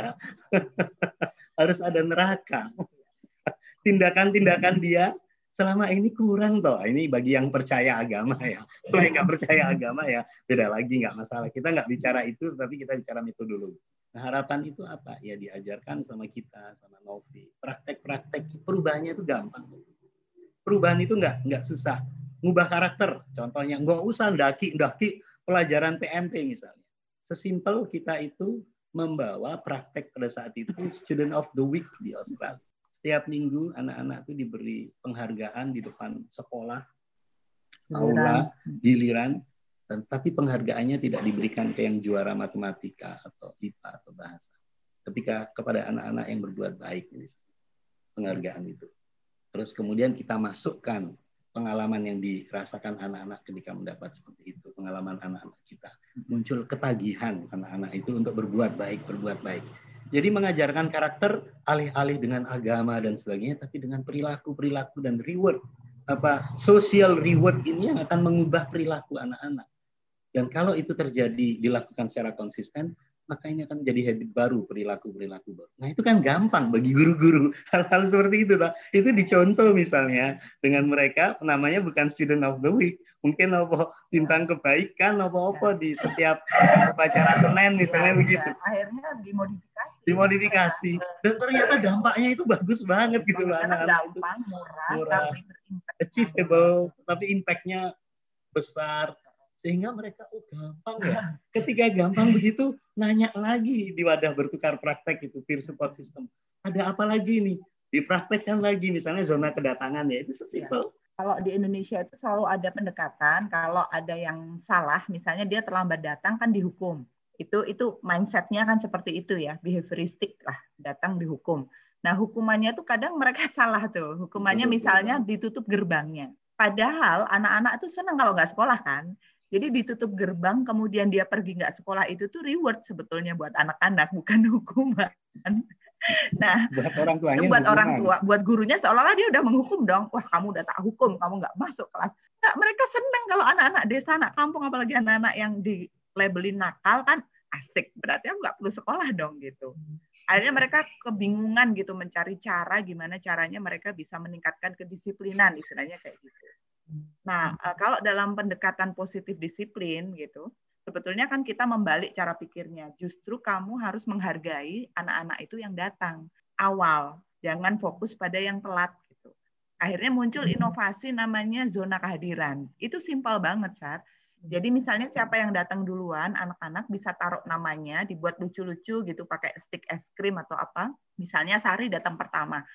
C: Harus ada neraka. Tindakan-tindakan dia selama ini kurang toh. Ini bagi yang percaya agama ya. Kalau yang nggak percaya agama ya beda lagi, nggak masalah. Kita nggak bicara itu, tapi kita bicara metodologi. Nah, harapan itu apa? Ya diajarkan sama kita, sama Novi. Praktek-praktek perubahannya itu gampang. Perubahan itu nggak nggak susah. Ngubah karakter, contohnya nggak usah ndaki ndaki pelajaran P M P misalnya. Sesimpel kita itu membawa praktek pada saat itu Student of the Week di Australia. Setiap minggu anak-anak itu diberi penghargaan di depan sekolah, aula, giliran. Dan, tapi penghargaannya tidak diberikan ke yang juara matematika atau I P A atau bahasa. Ketika kepada anak-anak yang berbuat baik, penghargaan itu. Terus kemudian kita masukkan pengalaman yang dirasakan anak-anak ketika mendapat seperti itu, pengalaman anak-anak kita. Muncul ketagihan anak-anak itu untuk berbuat baik, berbuat baik. Jadi mengajarkan karakter alih-alih dengan agama dan sebagainya, tapi dengan perilaku-perilaku dan reward. Apa social reward ini yang akan mengubah perilaku anak-anak. Dan kalau itu terjadi, dilakukan secara konsisten, maka ini akan menjadi habit baru, perilaku-perilaku baru. Nah itu kan gampang bagi guru-guru. Hal-hal seperti itu. Pak. Itu dicontoh misalnya dengan mereka, namanya bukan Student of the Week. Mungkin apa bintang kebaikan, apa-apa di setiap upacara Senin misalnya ya, begitu.
B: Ya. Akhirnya dimodifikasi.
C: Dimodifikasi. Dan ternyata dampaknya itu bagus banget gitu loh. Anak-anak
B: gampang, murah,
C: murah,
B: tapi berimpact.
C: Achievable, tapi impact-nya besar. Sehingga mereka, oh gampang ya. Ketika gampang begitu, nanya lagi di wadah bertukar praktek itu, peer support system. Ada apa lagi nih? Dipraktekkan lagi, misalnya zona kedatangan ya, itu sesimpel.
B: Ya. Kalau di Indonesia itu selalu ada pendekatan, kalau ada yang salah, misalnya dia terlambat datang kan dihukum. Itu itu mindset-nya kan seperti itu ya, behavioristik lah, datang dihukum. Nah hukumannya tuh kadang mereka salah tuh, hukumannya misalnya ditutup gerbangnya. Padahal anak-anak tuh senang kalau nggak sekolah kan. Jadi ditutup gerbang, kemudian dia pergi nggak sekolah itu tuh reward sebetulnya buat anak-anak, bukan hukuman. Nah,
C: buat orang tuanya,
B: buat hukuman. Orang tua, buat gurunya seolah-olah dia udah menghukum dong. Wah, kamu udah tak hukum, kamu nggak masuk kelas. Nggak, mereka senang kalau anak-anak desa, anak kampung, apalagi anak-anak yang dilabelin nakal kan asik. Berarti aku nggak perlu sekolah dong gitu. Akhirnya mereka kebingungan gitu mencari cara gimana caranya mereka bisa meningkatkan kedisiplinan, istilahnya kayak gitu. Nah, kalau dalam pendekatan positif disiplin gitu, sebetulnya kan kita membalik cara pikirnya. Justru kamu harus menghargai anak-anak itu yang datang awal, jangan fokus pada yang telat gitu. Akhirnya muncul inovasi namanya zona kehadiran. Itu simpel banget, Sar. Jadi misalnya siapa yang datang duluan, anak-anak bisa taruh namanya, dibuat lucu-lucu gitu pakai stick es krim atau apa. Misalnya Sari datang pertama.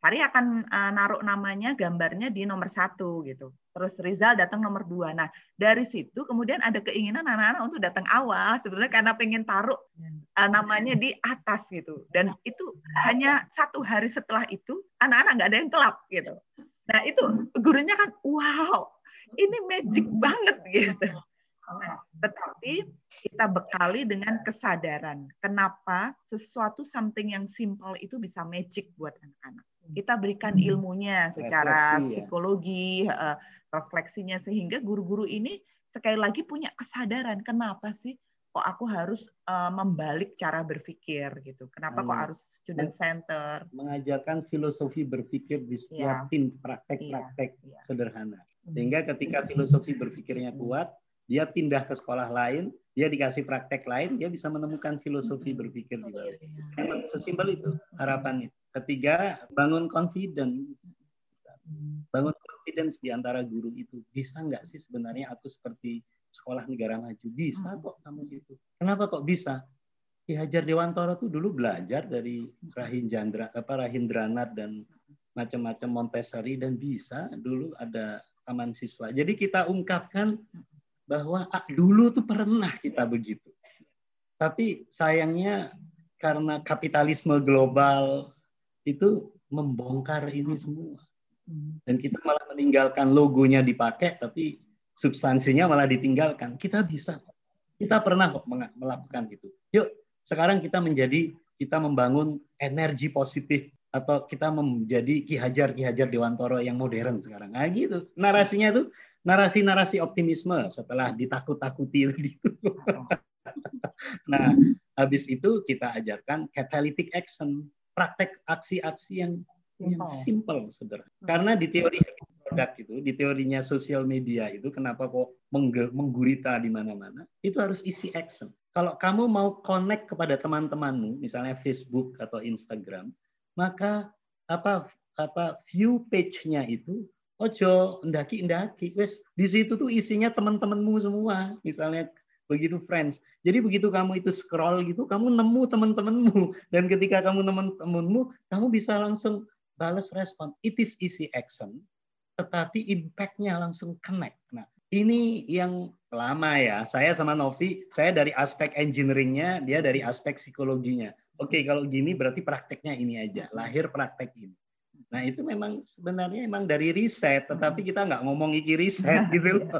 B: Sari akan uh, naruh namanya, gambarnya di nomor satu gitu. Terus Rizal datang nomor dua. Nah dari situ kemudian ada keinginan anak-anak untuk datang awal, sebetulnya karena pengen taruh uh, namanya di atas gitu. Dan itu hanya satu hari setelah itu anak-anak nggak ada yang telat gitu. Nah itu gurunya kan, wow, ini magic banget gitu. Nah, tetapi kita bekali dengan kesadaran. Kenapa sesuatu something yang simple itu bisa magic buat anak-anak. Kita berikan ilmunya secara
C: Refleksi, ya.
B: psikologi, uh, refleksinya, sehingga guru-guru ini sekali lagi punya kesadaran. Kenapa sih kok aku harus uh, membalik cara berpikir gitu? Kenapa kok harus student center?
C: Mengajarkan filosofi berpikir di setiap ya. tim praktek-praktek ya. sederhana. Sehingga ketika filosofi berpikirnya kuat, dia pindah ke sekolah lain, dia dikasih praktek lain, dia bisa menemukan filosofi berpikir di bawah. Memang sesimpel itu harapannya. Ketiga, bangun confidence. Bangun confidence di antara guru itu. Bisa nggak sih sebenarnya aku seperti sekolah negara maju? Bisa kok kamu gitu. Kenapa kok bisa? Ki Hajar Dewantara tuh dulu belajar dari Rahindra, apa Rahindranat dan macam-macam Montessori, dan bisa dulu ada taman siswa. Jadi kita ungkapkan bahwa ah, dulu tuh pernah kita begitu. Tapi sayangnya karena kapitalisme global itu membongkar ini semua. Dan kita malah meninggalkan logonya dipakai, tapi substansinya malah ditinggalkan. Kita bisa, kita pernah kok melakukan itu. Yuk, sekarang kita menjadi, kita membangun energi positif, atau kita menjadi Ki Hajar Ki Hajar Dewantara yang modern sekarang. Nah gitu, narasinya tuh narasi-narasi optimisme setelah ditakut-takuti gitu. Nah, habis itu kita ajarkan catalytic action, praktek aksi-aksi yang yang simple, sederhana. Karena di teori produk itu, di teorinya sosial media itu, kenapa kok menggurita di mana-mana? Itu harus isi action. Kalau kamu mau connect kepada teman-temanmu, misalnya Facebook atau Instagram, maka apa apa view page-nya itu ojo ndaki-ndaki, wes di situ tuh isinya teman-temanmu semua, misalnya begitu friends. Jadi begitu kamu itu scroll gitu, kamu nemu teman-temanmu, dan ketika kamu nemu temanmu, kamu bisa langsung balas respon. It is easy action, tetapi impact-nya langsung connect. Nah, ini yang lama ya. Saya sama Novi, saya dari aspek engineering-nya, dia dari aspek psikologinya. Oke, kalau gini berarti prakteknya ini aja, lahir praktek ini. Nah, itu memang sebenarnya memang dari riset, tetapi kita nggak ngomong iki riset gitu loh.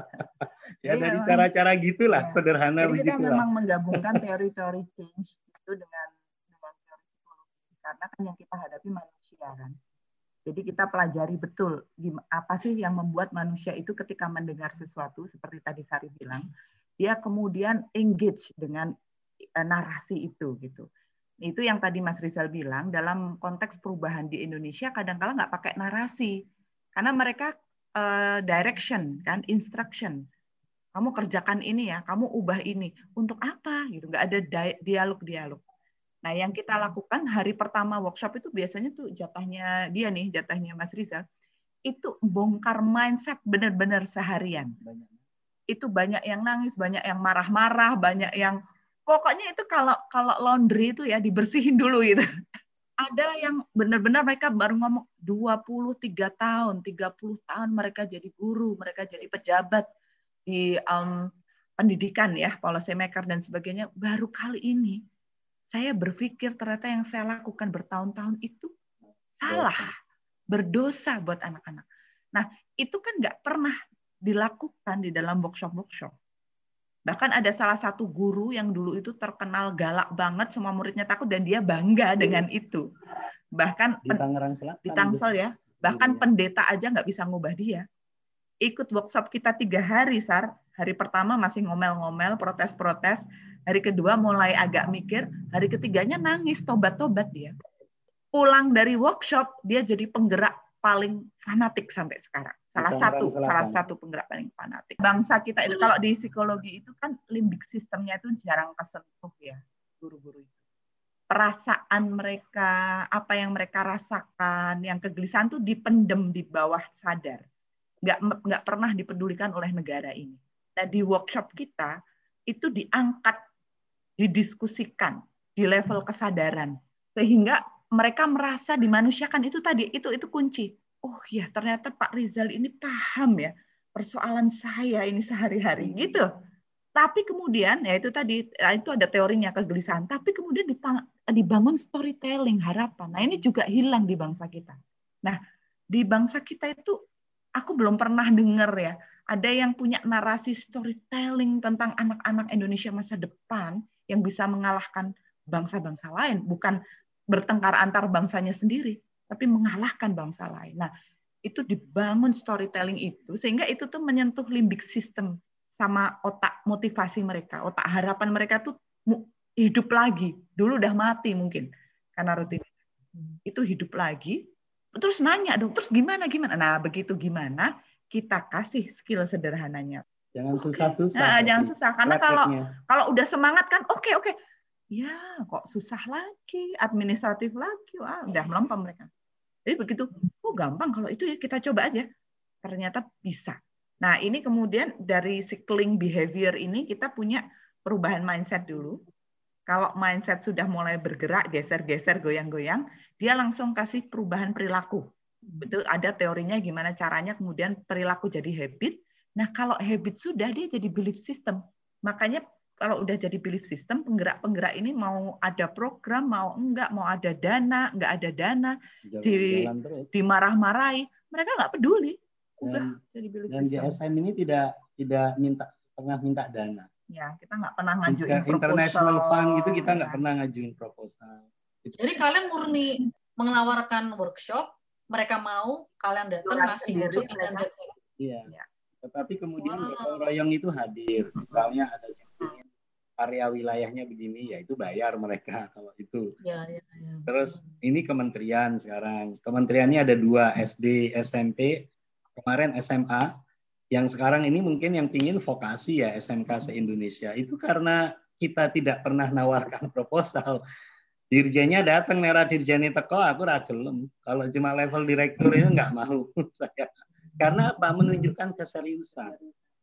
C: Ya, dari cara-cara gitulah, ya. Sederhana
B: Jadi
C: begitulah.
B: Kita memang menggabungkan teori-teori change itu dengan dengan teori psikologi, karena kan yang kita hadapi manusia kan. Jadi kita pelajari betul apa sih yang membuat manusia itu ketika mendengar sesuatu, seperti tadi Sari bilang, dia kemudian engage dengan narasi itu gitu. Itu yang tadi Mas Rizal bilang, dalam konteks perubahan di Indonesia kadang-kala nggak pakai narasi, karena mereka uh, direction kan, instruction. Kamu kerjakan ini ya, kamu ubah ini. Untuk apa? Gitu. Nggak ada dialog-dialog. Nah, yang kita lakukan hari pertama workshop itu biasanya tuh jatahnya dia nih, jatahnya Mas Rizal, itu bongkar mindset benar-benar seharian. Banyak. Itu banyak yang nangis, banyak yang marah-marah, banyak yang pokoknya itu kalau kalau laundry itu ya dibersihin dulu gitu. Ada yang benar-benar mereka baru ngomong dua puluh tiga tahun, tiga puluh tahun mereka jadi guru, mereka jadi pejabat di um, pendidikan ya, policy maker dan sebagainya. Baru kali ini saya berpikir ternyata yang saya lakukan bertahun-tahun itu salah, berdosa buat anak-anak. Nah, itu kan nggak pernah dilakukan di dalam workshop-workshop. Bahkan ada salah satu guru yang dulu itu terkenal galak banget, semua muridnya takut dan dia bangga dengan itu. Bahkan
C: di Tangerang Selatan,
B: di Tangsel ya, bahkan pendeta aja nggak bisa ngubah dia. Ikut workshop kita tiga hari, Sar. Hari pertama masih ngomel-ngomel, protes-protes. Hari kedua mulai agak mikir. Hari ketiganya nangis, tobat-tobat dia. Pulang dari workshop, dia jadi penggerak paling fanatik sampai sekarang. Salah satu, salah satu penggerak paling fanatik. Bangsa kita itu, kalau di psikologi itu kan limbik sistemnya itu jarang kesentuh ya, guru-guru itu. Perasaan mereka, apa yang mereka rasakan, yang kegelisahan itu dipendem di bawah sadar. Nggak, nggak pernah dipedulikan oleh negara ini. Nah, di workshop kita, itu diangkat, didiskusikan di level kesadaran. Sehingga mereka merasa dimanusiakan, itu tadi, itu itu kunci. Oh ya, ternyata Pak Rizal ini paham ya persoalan saya ini sehari-hari gitu. Tapi kemudian ya itu tadi, itu ada teorinya kegelisahan. Tapi kemudian dibangun storytelling, harapan. Nah ini juga hilang di bangsa kita. Nah di bangsa kita itu aku belum pernah dengar ya ada yang punya narasi storytelling tentang anak-anak Indonesia masa depan yang bisa mengalahkan bangsa-bangsa lain, bukan bertengkar antar bangsanya sendiri, tapi mengalahkan bangsa lain. Nah, itu dibangun storytelling itu, sehingga itu tuh menyentuh limbic system sama otak motivasi mereka, otak harapan mereka tuh hidup lagi. Dulu udah mati mungkin, karena rutin. Itu hidup lagi, terus nanya dong, terus gimana, gimana? Nah, begitu gimana, kita kasih skill sederhananya.
C: Jangan susah-susah.
B: Nah, jangan susah, karena kalau kalau udah semangat kan, oke, oke. Ya, kok susah lagi, administratif lagi, wah, udah melempem mereka. Jadi begitu, oh gampang kalau itu ya kita coba aja. Ternyata bisa. Nah ini kemudian dari cycling behavior ini kita punya perubahan mindset dulu. Kalau mindset sudah mulai bergerak, geser-geser, goyang-goyang, dia langsung kasih perubahan perilaku. Betul, ada teorinya gimana caranya kemudian perilaku jadi habit. Nah kalau habit sudah, dia jadi belief system. Makanya kalau udah jadi belief system, penggerak-penggerak ini mau ada program, mau enggak, mau ada dana, enggak ada dana, di, dimarah-marahi, mereka enggak peduli. Udah
C: dan,
B: jadi belief
C: dan
B: system.
C: Dan G S M ini tidak tidak minta pernah minta dana.
B: Ya, kita enggak pernah ngajuin proposal.
C: International Fund gitu kita enggak ya. pernah ngajuin proposal.
A: Jadi kalian murni menawarkan workshop, mereka mau, kalian datang ngasih workshop dengan
C: Iya. Ya. Tetapi kemudian wow. gotong royong itu hadir. Misalnya ada area wilayahnya begini, ya itu bayar mereka kalau itu. Ya, ya, ya. Terus ini kementerian sekarang. Kementeriannya ada dua, S D, S M P, kemarin S M A. Yang sekarang ini mungkin yang pingin vokasi ya S M K se-Indonesia. Itu karena kita tidak pernah nawarkan proposal. Dirjennya datang, nera dirjennya teko, aku ragelem. Kalau cuma level direktur itu nggak mau saya. Karena apa? Menunjukkan keseriusan.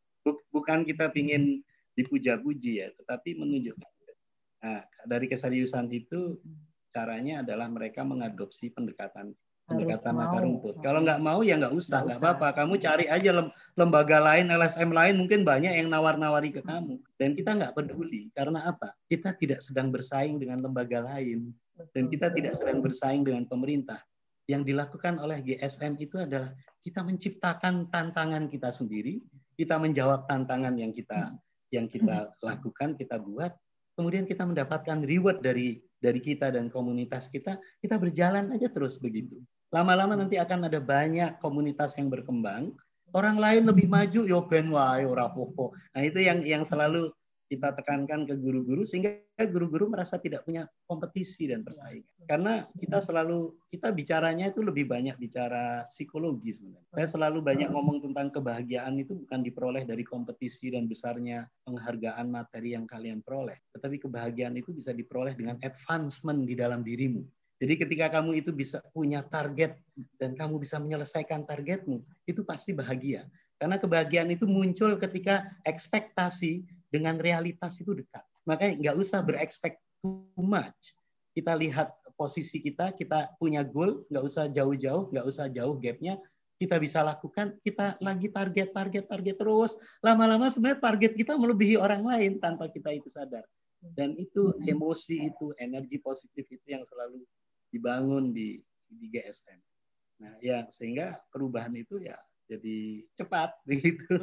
C: Bukan kita pingin dipuja-puji ya, tetapi menunjukkan. Nah, dari keseriusan itu caranya adalah mereka mengadopsi pendekatan pendekatan akar rumput. Kalau nggak mau ya nggak usah, nggak apa-apa. Kamu cari aja lembaga lain, L S M lain, mungkin banyak yang nawar-nawari ke kamu. Dan kita nggak peduli. Karena apa? Kita tidak sedang bersaing dengan lembaga lain. Dan kita tidak sedang bersaing dengan pemerintah. Yang dilakukan oleh G S M itu adalah kita menciptakan tantangan kita sendiri, kita menjawab tantangan yang kita yang kita lakukan, kita buat, kemudian kita mendapatkan reward dari dari kita dan komunitas kita, kita berjalan aja terus begitu. Lama-lama nanti akan ada banyak komunitas yang berkembang, orang lain lebih maju, yo ben wae ora apa-apa. Nah, itu yang yang selalu kita tekankan ke guru-guru sehingga guru-guru merasa tidak punya kompetisi dan persaingan. Karena kita selalu kita bicaranya itu lebih banyak bicara psikologi sebenarnya. Saya selalu banyak ngomong tentang kebahagiaan itu bukan diperoleh dari kompetisi dan besarnya penghargaan materi yang kalian peroleh, tetapi kebahagiaan itu bisa diperoleh dengan advancement di dalam dirimu. Jadi ketika kamu itu bisa punya target dan kamu bisa menyelesaikan targetmu, itu pasti bahagia. Karena kebahagiaan itu muncul ketika ekspektasi dengan realitas itu dekat. Makanya nggak usah berekspekt too much. Kita lihat posisi kita, kita punya goal, nggak usah jauh-jauh, nggak usah jauh gapnya. Kita bisa lakukan, kita lagi target, target, target terus. Lama-lama sebenarnya target kita melebihi orang lain tanpa kita itu sadar. Dan itu emosi itu, energi positif itu yang selalu dibangun di, di G S M. Nah, ya sehingga perubahan itu ya jadi cepat begitu.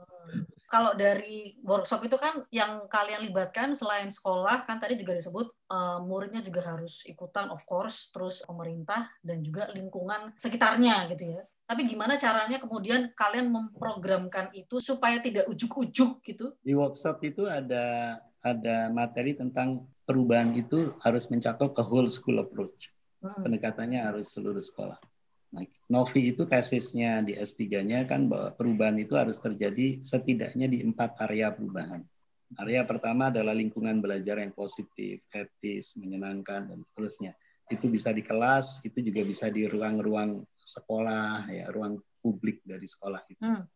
A: Kalau dari workshop itu kan yang kalian libatkan selain sekolah kan tadi juga disebut uh, muridnya juga harus ikutan of course, terus pemerintah dan juga lingkungan sekitarnya gitu ya. Tapi gimana caranya kemudian kalian memprogramkan itu supaya tidak ujuk-ujuk gitu?
C: Di workshop itu ada ada materi tentang perubahan itu harus mencakup ke whole school approach. Hmm. Pendekatannya harus seluruh sekolah. Nah, Novi itu tesisnya di S tiga-nya kan bahwa perubahan itu harus terjadi setidaknya di empat area perubahan. Area pertama adalah lingkungan belajar yang positif, etis, menyenangkan, dan seterusnya. Itu bisa di kelas, itu juga bisa di ruang-ruang sekolah, ya ruang publik dari sekolah itu. Hmm.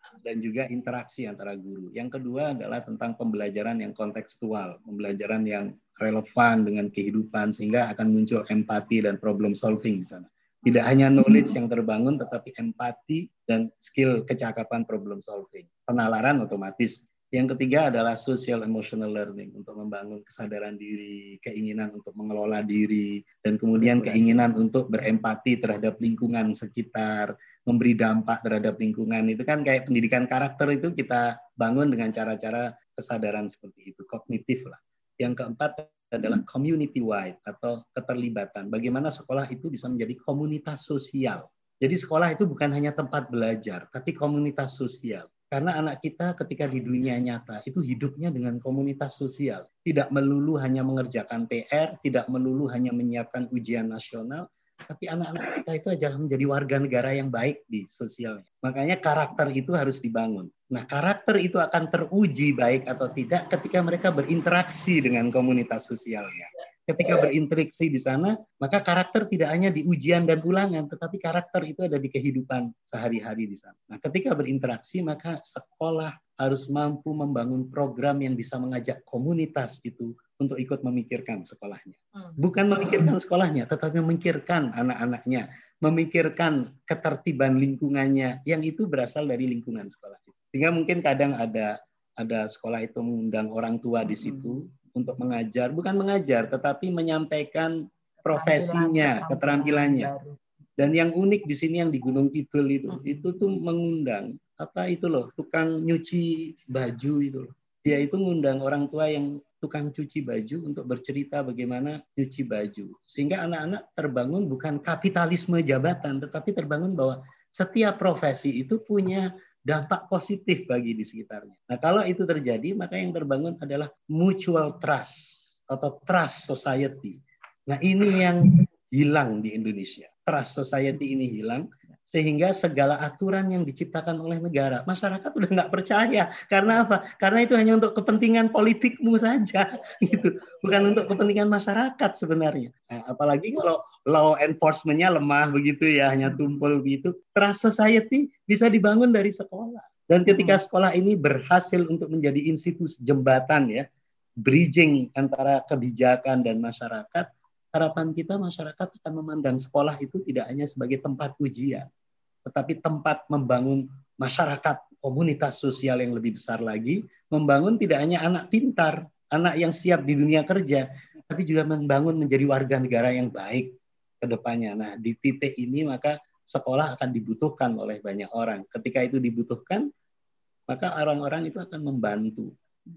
C: dan juga interaksi antara guru. Yang kedua adalah tentang pembelajaran yang kontekstual, pembelajaran yang relevan dengan kehidupan sehingga akan muncul empati dan problem solving di sana. Tidak hanya knowledge yang terbangun, tetapi empati dan skill kecakapan problem solving. Penalaran otomatis. Yang ketiga adalah social emotional learning, untuk membangun kesadaran diri, keinginan untuk mengelola diri, dan kemudian keinginan untuk berempati terhadap lingkungan sekitar, memberi dampak terhadap lingkungan. Itu kan kayak pendidikan karakter itu kita bangun dengan cara-cara kesadaran seperti itu, kognitif lah. Yang keempat adalah community wide atau keterlibatan. Bagaimana sekolah itu bisa menjadi komunitas sosial. Jadi sekolah itu bukan hanya tempat belajar, tapi komunitas sosial. Karena anak kita ketika di dunia nyata itu hidupnya dengan komunitas sosial. Tidak melulu hanya mengerjakan P R, tidak melulu hanya menyiapkan ujian nasional, tapi anak-anak kita itu adalah menjadi warga negara yang baik di sosialnya. Makanya karakter itu harus dibangun. Nah, karakter itu akan teruji baik atau tidak ketika mereka berinteraksi dengan komunitas sosialnya. Ketika berinteraksi di sana, maka karakter tidak hanya di ujian dan ulangan, tetapi karakter itu ada di kehidupan sehari-hari di sana. Nah, ketika berinteraksi, maka sekolah harus mampu membangun program yang bisa mengajak komunitas itu untuk ikut memikirkan sekolahnya. Bukan memikirkan sekolahnya, tetapi memikirkan anak-anaknya, memikirkan ketertiban lingkungannya, yang itu berasal dari lingkungan sekolah. Sehingga mungkin kadang ada ada sekolah itu mengundang orang tua di situ untuk mengajar, bukan mengajar, tetapi menyampaikan profesinya, keterampilannya. Dan yang unik di sini yang di Gunung Kidul itu, itu tuh mengundang apa itu loh, tukang nyuci baju itu loh. Dia itu mengundang orang tua yang tukang cuci baju untuk bercerita bagaimana nyuci baju. Sehingga anak-anak terbangun bukan kapitalisme jabatan, tetapi terbangun bahwa setiap profesi itu punya dampak positif bagi di sekitarnya. Nah, kalau itu terjadi, maka yang terbangun adalah mutual trust atau trust society. Nah, ini yang hilang di Indonesia. Trust society ini hilang, sehingga segala aturan yang diciptakan oleh negara, masyarakat udah nggak percaya. Karena apa? Karena itu hanya untuk kepentingan politikmu saja, gitu. Bukan untuk kepentingan masyarakat sebenarnya. Nah, apalagi kalau law enforcement-nya lemah begitu ya, hanya tumpul begitu. Trust society bisa dibangun dari sekolah. Dan ketika sekolah ini berhasil untuk menjadi institusi jembatan ya, bridging antara kebijakan dan masyarakat, harapan kita masyarakat akan memandang sekolah itu tidak hanya sebagai tempat ujian, tetapi tempat membangun masyarakat, komunitas sosial yang lebih besar lagi, membangun tidak hanya anak pintar, anak yang siap di dunia kerja, tapi juga membangun menjadi warga negara yang baik ke depannya. Nah, di titik ini maka sekolah akan dibutuhkan oleh banyak orang. Ketika itu dibutuhkan, maka orang-orang itu akan membantu.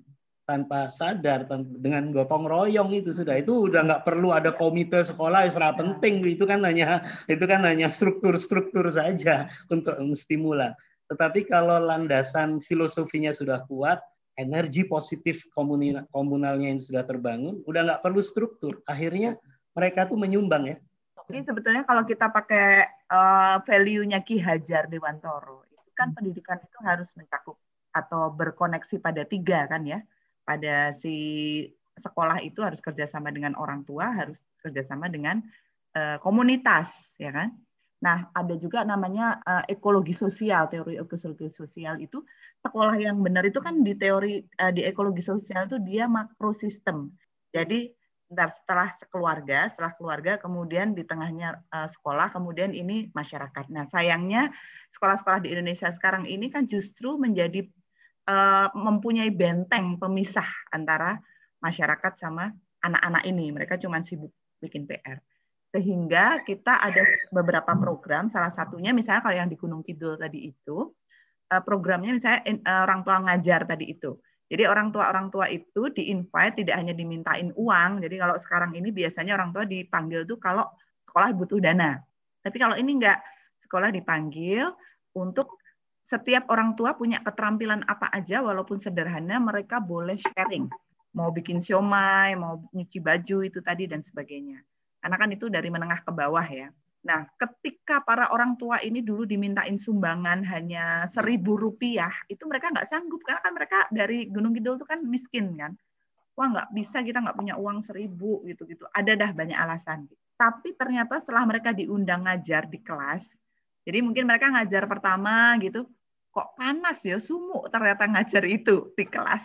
C: Tanpa sadar, dengan gotong royong itu sudah, itu udah nggak perlu ada komite sekolah, itu penting, itu kan hanya itu kan hanya struktur-struktur saja untuk stimulan. Tetapi kalau landasan filosofinya sudah kuat, energi positif komunal, komunalnya yang sudah terbangun, udah nggak perlu struktur. Akhirnya mereka tuh menyumbang ya.
B: Ini sebetulnya kalau kita pakai uh, value-nya Ki Hajar Dewantoro, itu kan pendidikan itu harus mencakup atau berkoneksi pada tiga kan ya. Pada si sekolah itu harus kerjasama dengan orang tua, harus kerjasama dengan uh, komunitas, ya kan? Nah, ada juga namanya uh, ekologi sosial, teori ekologi sosial itu sekolah yang benar itu kan di teori uh, di ekologi sosial itu dia makrosistem. Jadi bentar, setelah keluarga, setelah keluarga kemudian di tengahnya uh, sekolah, kemudian ini masyarakat. Nah, sayangnya sekolah-sekolah di Indonesia sekarang ini kan justru menjadi Uh, mempunyai benteng pemisah antara masyarakat sama anak-anak ini. Mereka cuma sibuk bikin P R. Sehingga kita ada beberapa program, salah satunya misalnya kalau yang di Gunung Kidul tadi itu, uh, programnya misalnya uh, orang tua ngajar tadi itu. Jadi orang tua-orang tua itu di-invite, tidak hanya dimintain uang. Jadi kalau sekarang ini biasanya orang tua dipanggil tuh kalau sekolah butuh dana. Tapi kalau ini enggak, sekolah dipanggil untuk setiap orang tua punya keterampilan apa aja, walaupun sederhana, mereka boleh sharing. Mau bikin siomay, mau nyuci baju itu tadi, dan sebagainya. Karena kan itu dari menengah ke bawah ya. Nah, ketika para orang tua ini dulu dimintain sumbangan hanya seribu rupiah, itu mereka nggak sanggup. Karena kan mereka dari Gunung Kidul itu kan miskin kan. Wah, nggak bisa, kita nggak punya uang seribu gitu-gitu. Ada dah banyak alasan. Tapi ternyata setelah mereka diundang ngajar di kelas, jadi mungkin mereka ngajar pertama gitu, kok panas ya, sumuk ternyata ngajar itu di kelas.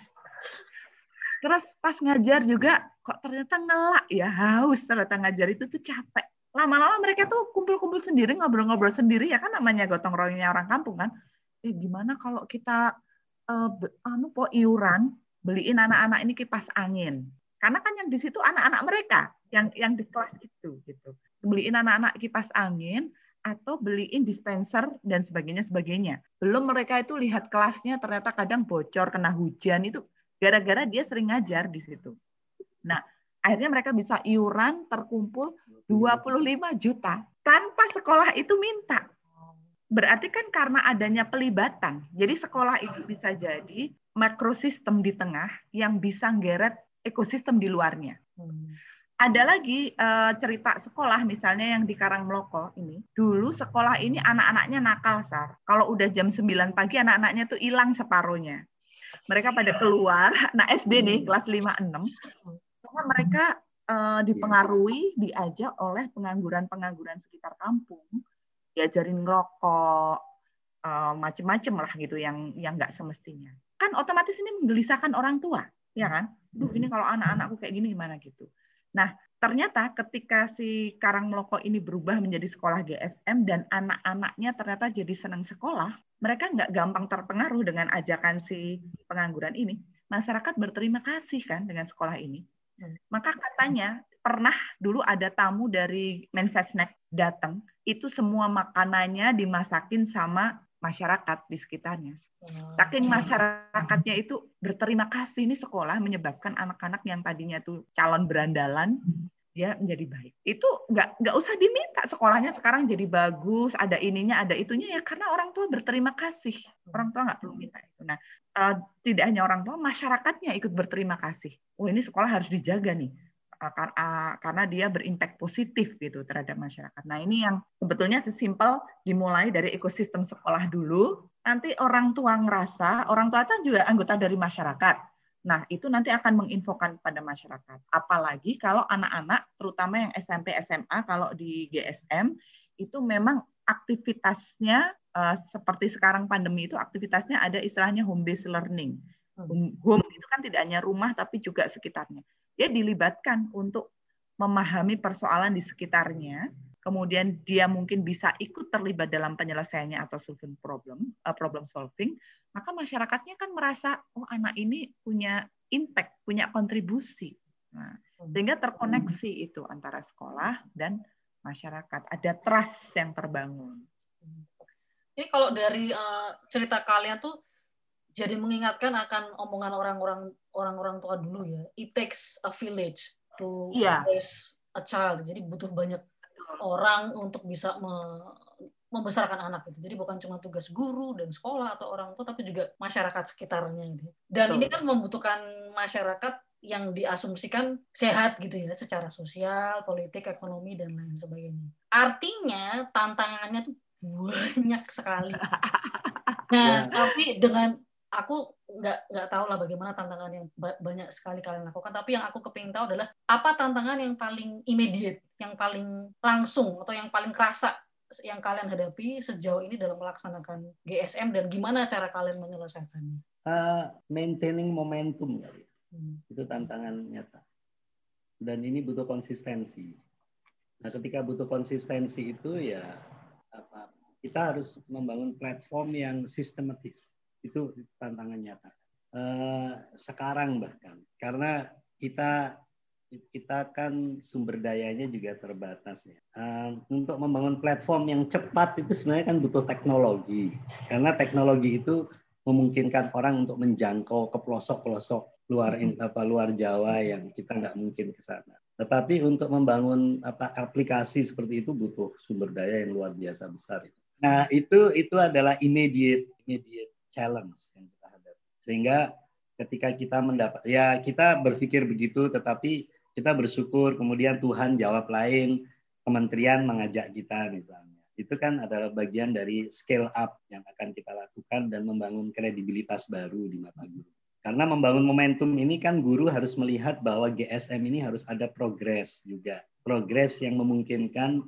B: Terus pas ngajar juga kok ternyata ngelak ya, haus ternyata ngajar itu tuh capek. Lama-lama mereka tuh kumpul-kumpul sendiri, ngobrol-ngobrol sendiri ya kan, namanya gotong royongnya orang kampung kan. Eh gimana kalau kita uh, anu po iuran beliin anak-anak ini kipas angin. Karena kan yang di situ anak-anak mereka yang yang di kelas itu gitu. Beliin anak-anak kipas angin atau beliin dispenser dan sebagainya sebagainya. Belum mereka itu lihat kelasnya ternyata kadang bocor kena hujan itu gara-gara dia sering ngajar di situ. Nah, akhirnya mereka bisa iuran terkumpul dua puluh lima juta tanpa sekolah itu minta. Berarti kan karena adanya pelibatan. Jadi sekolah itu bisa jadi makrosistem di tengah yang bisa nggeret ekosistem di luarnya. Hmm. Ada lagi uh, cerita sekolah misalnya yang di Karangmloko ini. Dulu sekolah ini anak-anaknya nakal, Sar. Kalau udah jam sembilan pagi anak-anaknya tuh hilang separuhnya. Mereka pada keluar, nah S D nih, kelas lima enam, karena mereka uh, dipengaruhi, diajak oleh pengangguran-pengangguran sekitar kampung, diajarin ngerokok, uh, macem-macem lah gitu, yang yang nggak semestinya. Kan otomatis ini menggelisahkan orang tua, ya kan? Duh, ini kalau anak-anakku kayak gini gimana gitu. Nah, ternyata ketika si Karangmloko ini berubah menjadi sekolah G S M dan anak-anaknya ternyata jadi senang sekolah, mereka nggak gampang terpengaruh dengan ajakan si pengangguran ini. Masyarakat berterima kasih kan dengan sekolah ini. Maka katanya pernah dulu ada tamu dari Mensesnek datang, itu semua makanannya dimasakin sama masyarakat di sekitarnya. Saking masyarakatnya itu berterima kasih, ini sekolah menyebabkan anak-anak yang tadinya tuh calon berandalan, dia menjadi baik. Itu nggak nggak usah diminta sekolahnya sekarang jadi bagus, ada ininya, ada itunya ya karena orang tua berterima kasih. Orang tua nggak perlu minta itu. Nah, uh, tidak hanya orang tua, masyarakatnya ikut berterima kasih. Oh ini sekolah harus dijaga nih, uh, uh, karena dia berimpact positif gitu terhadap masyarakat. Nah ini yang sebetulnya sesimpel dimulai dari ekosistem sekolah dulu. Nanti orang tua ngerasa, orang tua kan juga anggota dari masyarakat. Nah, itu nanti akan menginfokan pada masyarakat. Apalagi kalau anak-anak, terutama yang S M P, S M A, kalau di G S M, itu memang aktivitasnya, uh, seperti sekarang pandemi itu, aktivitasnya ada istilahnya home-based learning. Home itu kan tidak hanya rumah, tapi juga sekitarnya. Dia dilibatkan untuk memahami persoalan di sekitarnya, kemudian dia mungkin bisa ikut terlibat dalam penyelesaiannya atau solving problem, uh, problem solving, maka masyarakatnya kan merasa, oh anak ini punya impact, punya kontribusi. Nah, sehingga terkoneksi itu antara sekolah dan masyarakat. Ada trust yang terbangun.
A: Ini kalau dari uh, cerita kalian tuh jadi mengingatkan akan omongan orang-orang orang-orang tua dulu ya. It takes a village to
B: yeah.
A: raise a child. Jadi butuh banyak orang untuk bisa me- membesarkan anak gitu. Jadi bukan cuma tugas guru dan sekolah atau orang tua, tapi juga masyarakat sekitarnya gitu. Dan Betul. Ini kan membutuhkan masyarakat yang diasumsikan sehat gitu ya, secara sosial, politik, ekonomi dan lain sebagainya. Artinya tantangannya tuh banyak sekali. Nah, tapi dengan aku nggak nggak tahu lah bagaimana tantangan yang banyak sekali kalian lakukan, tapi yang aku kepingin tahu adalah apa tantangan yang paling immediate, yang paling langsung atau yang paling kerasa yang kalian hadapi sejauh ini dalam melaksanakan G S M dan gimana cara kalian menyelesaikannya?
C: Uh, maintaining momentum kali, hmm. itu tantangan nyata. Dan ini butuh konsistensi. Nah, ketika butuh konsistensi itu ya apa? Kita harus membangun platform yang sistematis. Itu tantangan nyata. Uh, sekarang bahkan karena kita kita kan sumber dayanya juga terbatas ya. Uh, untuk membangun platform yang cepat itu sebenarnya kan butuh teknologi. Karena teknologi itu memungkinkan orang untuk menjangkau ke pelosok-pelosok luar apa luar Jawa yang kita nggak mungkin ke sana. Tetapi untuk membangun apa aplikasi seperti itu butuh sumber daya yang luar biasa besar. Nah, itu itu adalah immediate immediate challenge yang kita hadapi. Sehingga ketika kita mendapat, ya kita berpikir begitu, tetapi kita bersyukur kemudian Tuhan jawab lain, kementerian mengajak kita misalnya. Itu kan adalah bagian dari scale up yang akan kita lakukan dan membangun kredibilitas baru di mata guru. Karena membangun momentum ini kan guru harus melihat bahwa G S M ini harus ada progres juga. Progres yang memungkinkan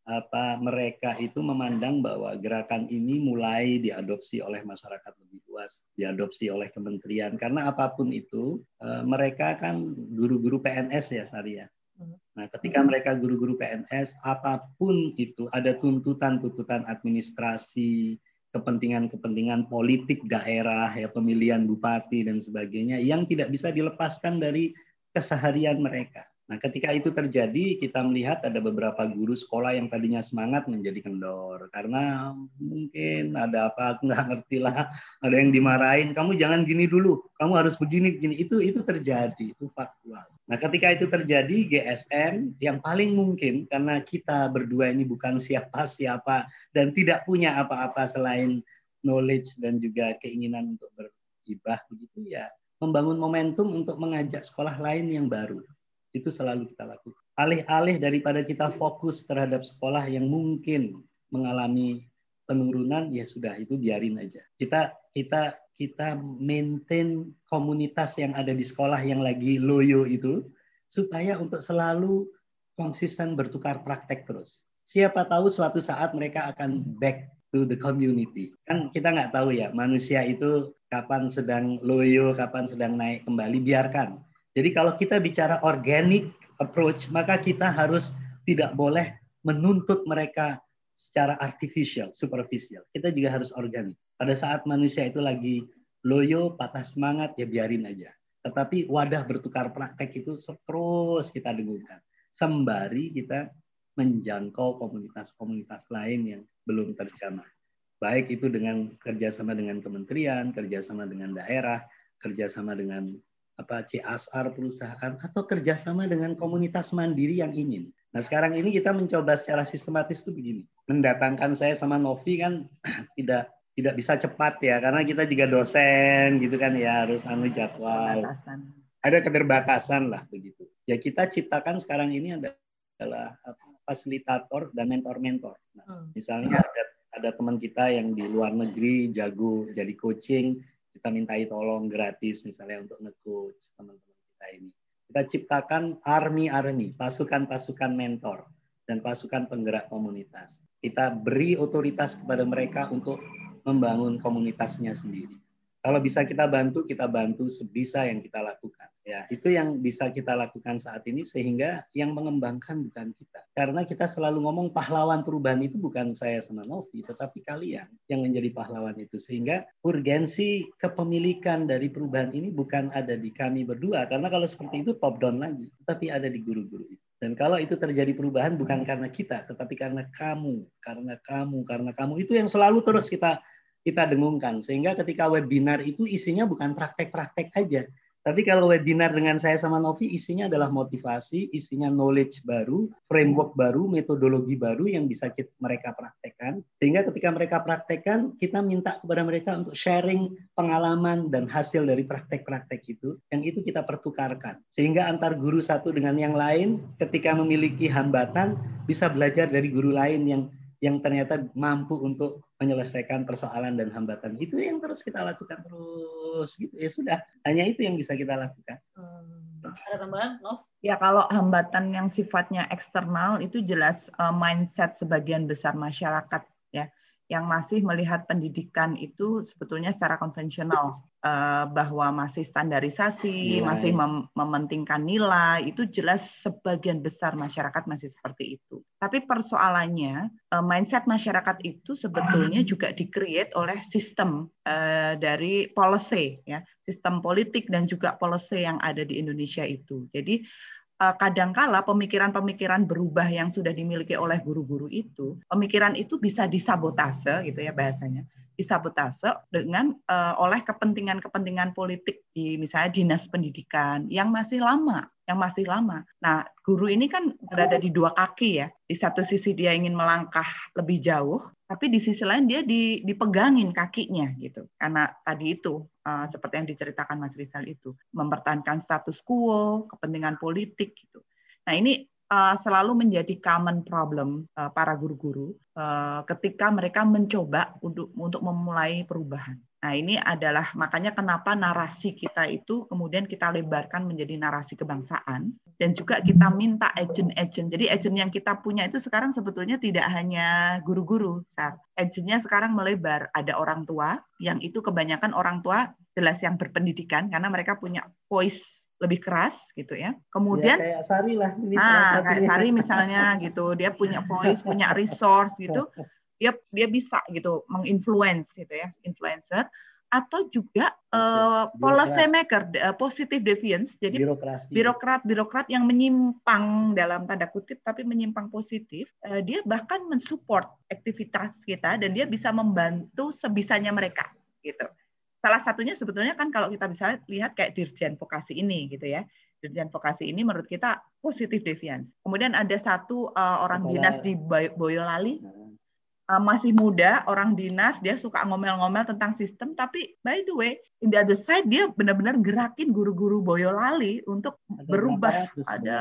C: apa mereka itu memandang bahwa gerakan ini mulai diadopsi oleh masyarakat lebih luas, diadopsi oleh kementerian, karena apapun itu mereka kan guru-guru P N S ya Sari ya. Nah, ketika mereka guru-guru P N S, apapun itu ada tuntutan-tuntutan administrasi, kepentingan-kepentingan politik daerah, ya pemilihan bupati dan sebagainya yang tidak bisa dilepaskan dari keseharian mereka. Nah, ketika itu terjadi, kita melihat ada beberapa guru sekolah yang tadinya semangat menjadi kendor. Karena mungkin ada apa, aku nggak ngerti lah. Ada yang dimarahin, kamu jangan gini dulu, kamu harus begini, begini. Itu, itu terjadi, itu faktual. Nah, ketika itu terjadi, G S M yang paling mungkin, karena kita berdua ini bukan siapa-siapa dan tidak punya apa-apa selain knowledge dan juga keinginan untuk bergibah, begitu ya, membangun momentum untuk mengajak sekolah lain yang baru. Itu selalu kita lakukan. Alih-alih daripada kita fokus terhadap sekolah yang mungkin mengalami penurunan, ya sudah itu biarin aja. Kita kita kita maintain komunitas yang ada di sekolah yang lagi loyo itu supaya untuk selalu konsisten bertukar praktek terus. Siapa tahu suatu saat mereka akan back to the community. Kan kita nggak tahu ya manusia itu kapan sedang loyo, kapan sedang naik kembali, biarkan. Jadi kalau kita bicara organic approach, maka kita harus tidak boleh menuntut mereka secara artificial, superficial. Kita juga harus organik. Pada saat manusia itu lagi loyo, patah semangat, ya biarin aja. Tetapi wadah bertukar praktek itu terus kita dengungkan. Sembari kita menjangkau komunitas-komunitas lain yang belum terjamah. Baik itu dengan kerjasama dengan kementerian, kerjasama dengan daerah, kerjasama dengan apa C S R perusahaan, atau kerjasama dengan komunitas mandiri yang ingin. Nah sekarang ini kita mencoba secara sistematis itu begini. Mendatangkan saya sama Novi kan tidak tidak bisa cepat ya, karena kita juga dosen gitu kan ya, harus anu jadwal. Ada keterbatasan lah begitu. Ya kita ciptakan sekarang ini adalah fasilitator dan mentor-mentor. Nah, misalnya ada ada teman kita yang di luar negeri jago jadi coaching, kita mintai tolong gratis misalnya untuk nge-coach teman-teman kita ini. Kita ciptakan army-army, pasukan-pasukan mentor dan pasukan penggerak komunitas. Kita beri otoritas kepada mereka untuk membangun komunitasnya sendiri. Kalau bisa kita bantu, kita bantu sebisa yang kita lakukan. Ya, itu yang bisa kita lakukan saat ini sehingga yang mengembangkan bukan kita. Karena kita selalu ngomong pahlawan perubahan itu bukan saya sama Novi, tetapi kalian yang menjadi pahlawan itu. Sehingga urgensi kepemilikan dari perubahan ini bukan ada di kami berdua. Karena kalau seperti itu top down lagi, tapi ada di guru-guru itu. Dan kalau itu terjadi perubahan bukan karena kita, tetapi karena kamu, karena kamu, karena kamu. Itu yang selalu terus kita kita dengungkan. Sehingga ketika webinar itu isinya bukan praktek-praktek aja. Tapi kalau webinar dengan saya sama Novi isinya adalah motivasi, isinya knowledge baru, framework baru, metodologi baru yang bisa kita, mereka praktekkan. Sehingga ketika mereka praktekkan, kita minta kepada mereka untuk sharing pengalaman dan hasil dari praktek-praktek itu. Yang itu kita pertukarkan. Sehingga antar guru satu dengan yang lain ketika memiliki hambatan bisa belajar dari guru lain yang yang ternyata mampu untuk menyelesaikan persoalan dan hambatan. Itu yang terus kita lakukan terus gitu. Ya sudah, hanya itu yang bisa kita lakukan.
A: Hmm. Ada tambahan, Nov?
B: Ya kalau hambatan yang sifatnya eksternal itu jelas uh, mindset sebagian besar masyarakat ya yang masih melihat pendidikan itu sebetulnya secara konvensional uh, bahwa masih standarisasi, nilai. Masih mem- mementingkan nilai, itu jelas sebagian besar masyarakat masih seperti itu. Tapi persoalannya uh, mindset masyarakat itu sebetulnya juga di-create oleh sistem uh, dari policy ya, sistem politik dan juga policy yang ada di Indonesia itu. Jadi kadangkala pemikiran-pemikiran berubah yang sudah dimiliki oleh guru-guru itu, pemikiran itu bisa disabotase gitu ya bahasanya, disabotase dengan uh, oleh kepentingan-kepentingan politik di misalnya dinas pendidikan yang masih lama, yang masih lama. Nah, guru ini kan berada di dua kaki ya. Di satu sisi dia ingin melangkah lebih jauh, tapi di sisi lain dia dipegangin kakinya gitu. Karena tadi itu uh, seperti yang diceritakan Mas Rizal itu, mempertahankan status quo, kepentingan politik gitu. Nah, ini uh, selalu menjadi common problem uh, para guru-guru uh, ketika mereka mencoba untuk untuk memulai perubahan. Nah, ini adalah makanya kenapa narasi kita itu kemudian kita lebarkan menjadi narasi kebangsaan, dan juga kita minta agent-agent. Jadi agent yang kita punya itu sekarang sebetulnya tidak hanya guru-guru, Sar. Agentnya sekarang melebar. Ada orang tua, yang itu kebanyakan orang tua jelas yang berpendidikan karena mereka punya voice lebih keras gitu ya. Kemudian
C: ya, kayak Sari lah ini.
B: Nah, kayak Sari misalnya gitu, dia punya voice, punya resource gitu. Dia dia bisa gitu menginfluence gitu ya, influencer, atau juga uh, policy maker, uh, positive deviance, jadi
C: birokrasi.
B: birokrat birokrat yang menyimpang dalam tanda kutip tapi menyimpang positif, uh, dia bahkan mensupport aktivitas kita dan dia bisa membantu sebisanya mereka gitu. Salah satunya sebetulnya kan kalau kita bisa lihat kayak Dirjen Vokasi ini gitu ya. Dirjen Vokasi ini menurut kita positive deviance. Kemudian ada satu uh, orang Kepala... dinas di Boyolali. Uh, masih muda, orang dinas, dia suka ngomel-ngomel tentang sistem, tapi by the way, in the other side, dia benar-benar gerakin guru-guru Boyolali untuk ada berubah. Ada,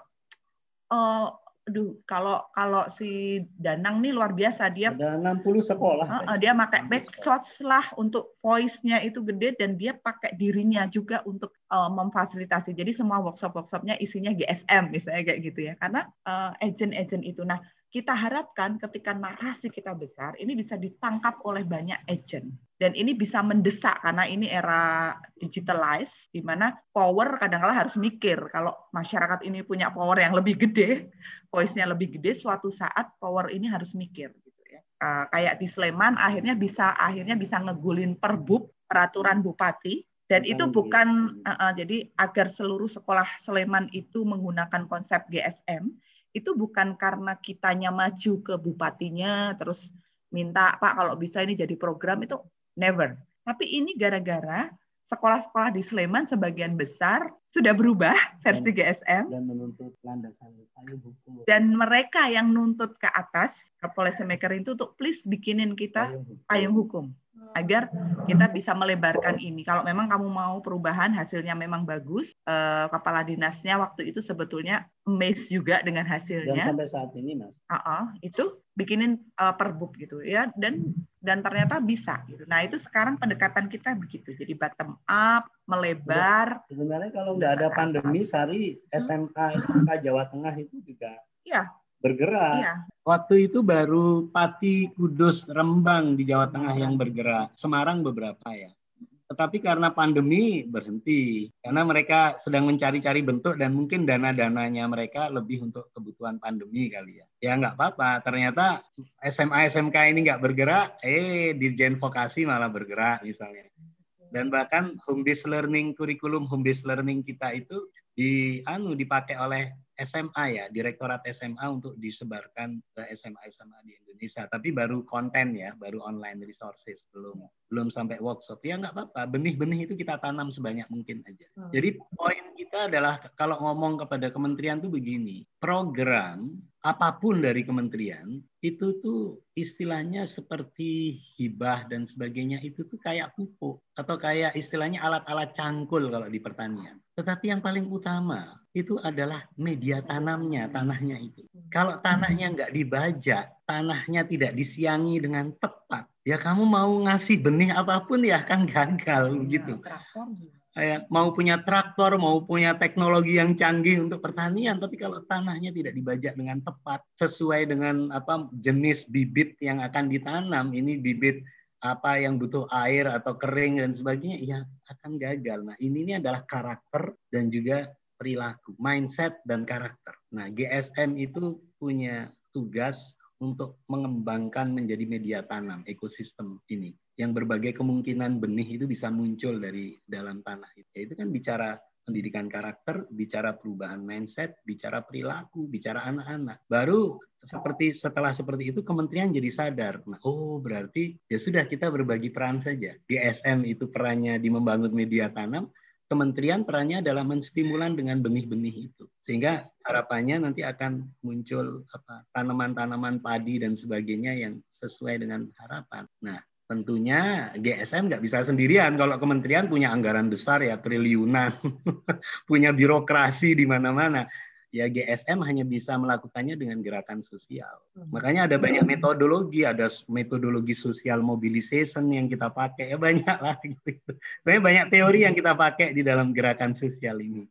B: uh, aduh, kalau kalau si Danang nih luar biasa, dia
C: ada enam puluh sekolah.
B: Uh, uh, dia pakai backshots lah untuk voice-nya itu gede, dan dia pakai dirinya juga untuk uh, memfasilitasi. Jadi semua workshop-workshopnya isinya G S M, misalnya kayak gitu ya, karena uh, agent-agent itu. Nah, kita harapkan ketika narasi kita besar, ini bisa ditangkap oleh banyak agent. Dan ini bisa mendesak, karena ini era digitalized, di mana power kadang-kadang harus mikir. Kalau masyarakat ini punya power yang lebih gede, voice-nya lebih gede, suatu saat power ini harus mikir. Gitu ya. Uh, kayak di Sleman, akhirnya bisa akhirnya bisa ngegulin perbub, peraturan bupati. Dan itu bukan, uh, uh, jadi agar seluruh sekolah Sleman itu menggunakan konsep G S M, itu bukan karena kitanya maju ke bupatinya terus minta Pak kalau bisa ini jadi program, itu never. Tapi ini gara-gara sekolah-sekolah di Sleman sebagian besar sudah berubah versi G S M
C: dan menuntut landasan payung hukum.
B: Dan mereka yang nuntut ke atas ke policy maker itu untuk please bikinin kita payung hukum, payung hukum agar kita bisa melebarkan ini. Kalau memang kamu mau perubahan, hasilnya memang bagus. Eh, kepala dinasnya waktu itu sebetulnya amazed juga dengan hasilnya.
C: Dan sampai saat ini, Mas.
B: Uh-uh, itu bikinin uh, perbub gitu ya, dan dan ternyata bisa gitu. Nah itu sekarang pendekatan kita begitu. Jadi bottom up, melebar.
C: Sebenarnya kalau nggak ada pandemi, Sari S M K S M K Jawa Tengah itu juga.
B: Ya.
C: Bergerak. Iya. Waktu itu baru Pati, Kudus, Rembang di Jawa Tengah yang bergerak. Semarang beberapa ya. Tetapi karena pandemi berhenti. Karena mereka sedang mencari-cari bentuk dan mungkin dana-dananya mereka lebih untuk kebutuhan pandemi kali ya. Ya nggak apa-apa. Ternyata S M A S M K ini nggak bergerak, eh Dirjen Vokasi malah bergerak misalnya. Dan bahkan home based learning, kurikulum home based learning kita itu di anu dipakai oleh S M A ya, Direktorat S M A untuk disebarkan ke S M A-S M A di Indonesia. Tapi baru konten ya, baru online resources, belum belum sampai workshop. Ya nggak apa-apa, benih-benih itu kita tanam sebanyak mungkin aja. Hmm. Jadi poin kita adalah kalau ngomong kepada kementerian tuh begini, program apapun dari kementerian itu tuh istilahnya seperti hibah dan sebagainya, itu tuh kayak pupuk atau kayak istilahnya alat-alat cangkul kalau di pertanian. Tetapi yang paling utama itu adalah media tanamnya, tanahnya itu. Kalau tanahnya nggak dibajak, tanahnya tidak disiangi dengan tepat, ya kamu mau ngasih benih apapun ya kan gagal gitu. Kayak mau punya traktor, mau punya teknologi yang canggih untuk pertanian, tapi kalau tanahnya tidak dibajak dengan tepat, sesuai dengan apa jenis bibit yang akan ditanam, ini bibit apa yang butuh air atau kering dan sebagainya, ya akan gagal. Nah ini, ini adalah karakter dan juga perilaku, mindset dan karakter. Nah G S M itu punya tugas untuk mengembangkan menjadi media tanam ekosistem ini, yang berbagai kemungkinan benih itu bisa muncul dari dalam tanah itu. Ya, itu kan bicara pendidikan karakter, bicara perubahan mindset, bicara perilaku, bicara anak-anak. Baru seperti setelah seperti itu kementerian jadi sadar. Nah, oh berarti ya sudah kita berbagi peran saja. G S M itu perannya di membangun media tanam, kementerian perannya adalah menstimulan dengan benih-benih itu. Sehingga harapannya nanti akan muncul apa, tanaman-tanaman padi dan sebagainya yang sesuai dengan harapan. Nah, tentunya G S M nggak bisa sendirian. Kalau kementerian punya anggaran besar ya triliunan, punya birokrasi di mana-mana. ya G S M hanya bisa melakukannya dengan gerakan sosial.
A: Hmm.
C: Makanya ada banyak metodologi, ada metodologi social mobilization yang kita pakai, ya banyak lah. Gitu. Sebenarnya banyak teori yang kita pakai di dalam gerakan sosial ini.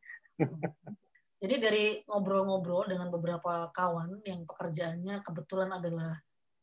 A: Jadi dari ngobrol-ngobrol dengan beberapa kawan yang pekerjaannya kebetulan adalah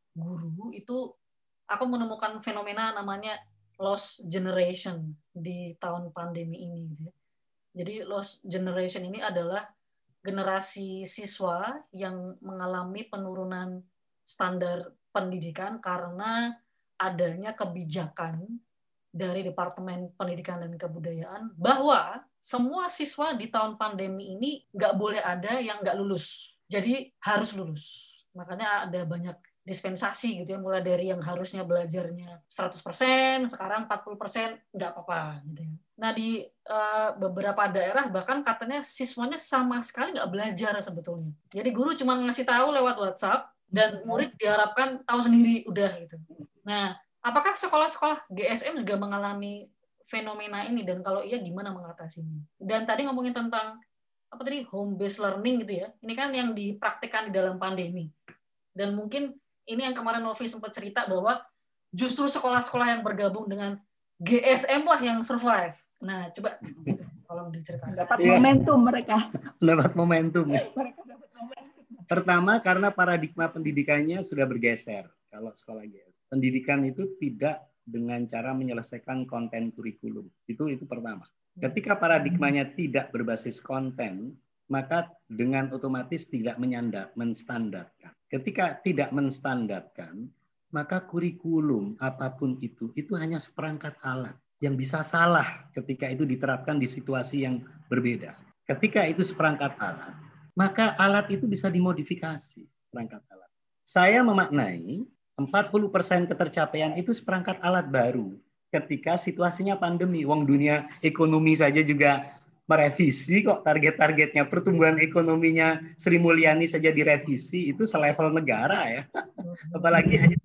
A: guru, itu aku menemukan fenomena namanya lost generation di tahun pandemi ini. Gitu ya. Jadi lost generation ini adalah generasi siswa yang mengalami penurunan standar pendidikan karena adanya kebijakan dari Departemen Pendidikan dan Kebudayaan bahwa semua siswa di tahun pandemi ini nggak boleh ada yang nggak lulus. Jadi harus lulus. Makanya ada banyak dispensasi gitu ya, mulai dari yang harusnya belajarnya seratus persen, sekarang empat puluh persen, nggak apa-apa gitu ya. Nah di uh, beberapa daerah bahkan katanya siswanya sama sekali nggak belajar sebetulnya. Jadi guru cuma ngasih tahu lewat WhatsApp dan murid diharapkan tahu sendiri udah gitu. Nah, apakah sekolah-sekolah G S M juga mengalami fenomena ini dan kalau iya gimana mengatasinya? Dan tadi ngomongin tentang apa tadi home based learning gitu ya. Ini kan yang dipraktikkan di dalam pandemi. Dan mungkin ini yang kemarin Novi sempat cerita bahwa justru sekolah-sekolah yang bergabung dengan G S M lah yang survive. Nah, coba tolong diceritakan.
B: Dapat yeah. momentum mereka.
C: Dapat momentum.
B: Mereka dapat momentum.
C: Pertama, karena paradigma pendidikannya sudah bergeser. Kalau sekolah G S M, pendidikan itu tidak dengan cara menyelesaikan konten kurikulum. Itu itu pertama. Ketika paradigmanya tidak berbasis konten, maka dengan otomatis tidak menyandar, menstandarkan. Ketika tidak menstandarkan, maka kurikulum apapun itu, itu hanya seperangkat alat yang bisa salah ketika itu diterapkan di situasi yang berbeda. Ketika itu seperangkat alat, maka alat itu bisa dimodifikasi, perangkat alat. Saya memaknai empat puluh persen ketercapaian itu seperangkat alat baru ketika situasinya pandemi. Wong dunia ekonomi saja juga merevisi kok target-targetnya, pertumbuhan ekonominya Sri Mulyani saja direvisi, itu selevel negara ya. Apalagi hanya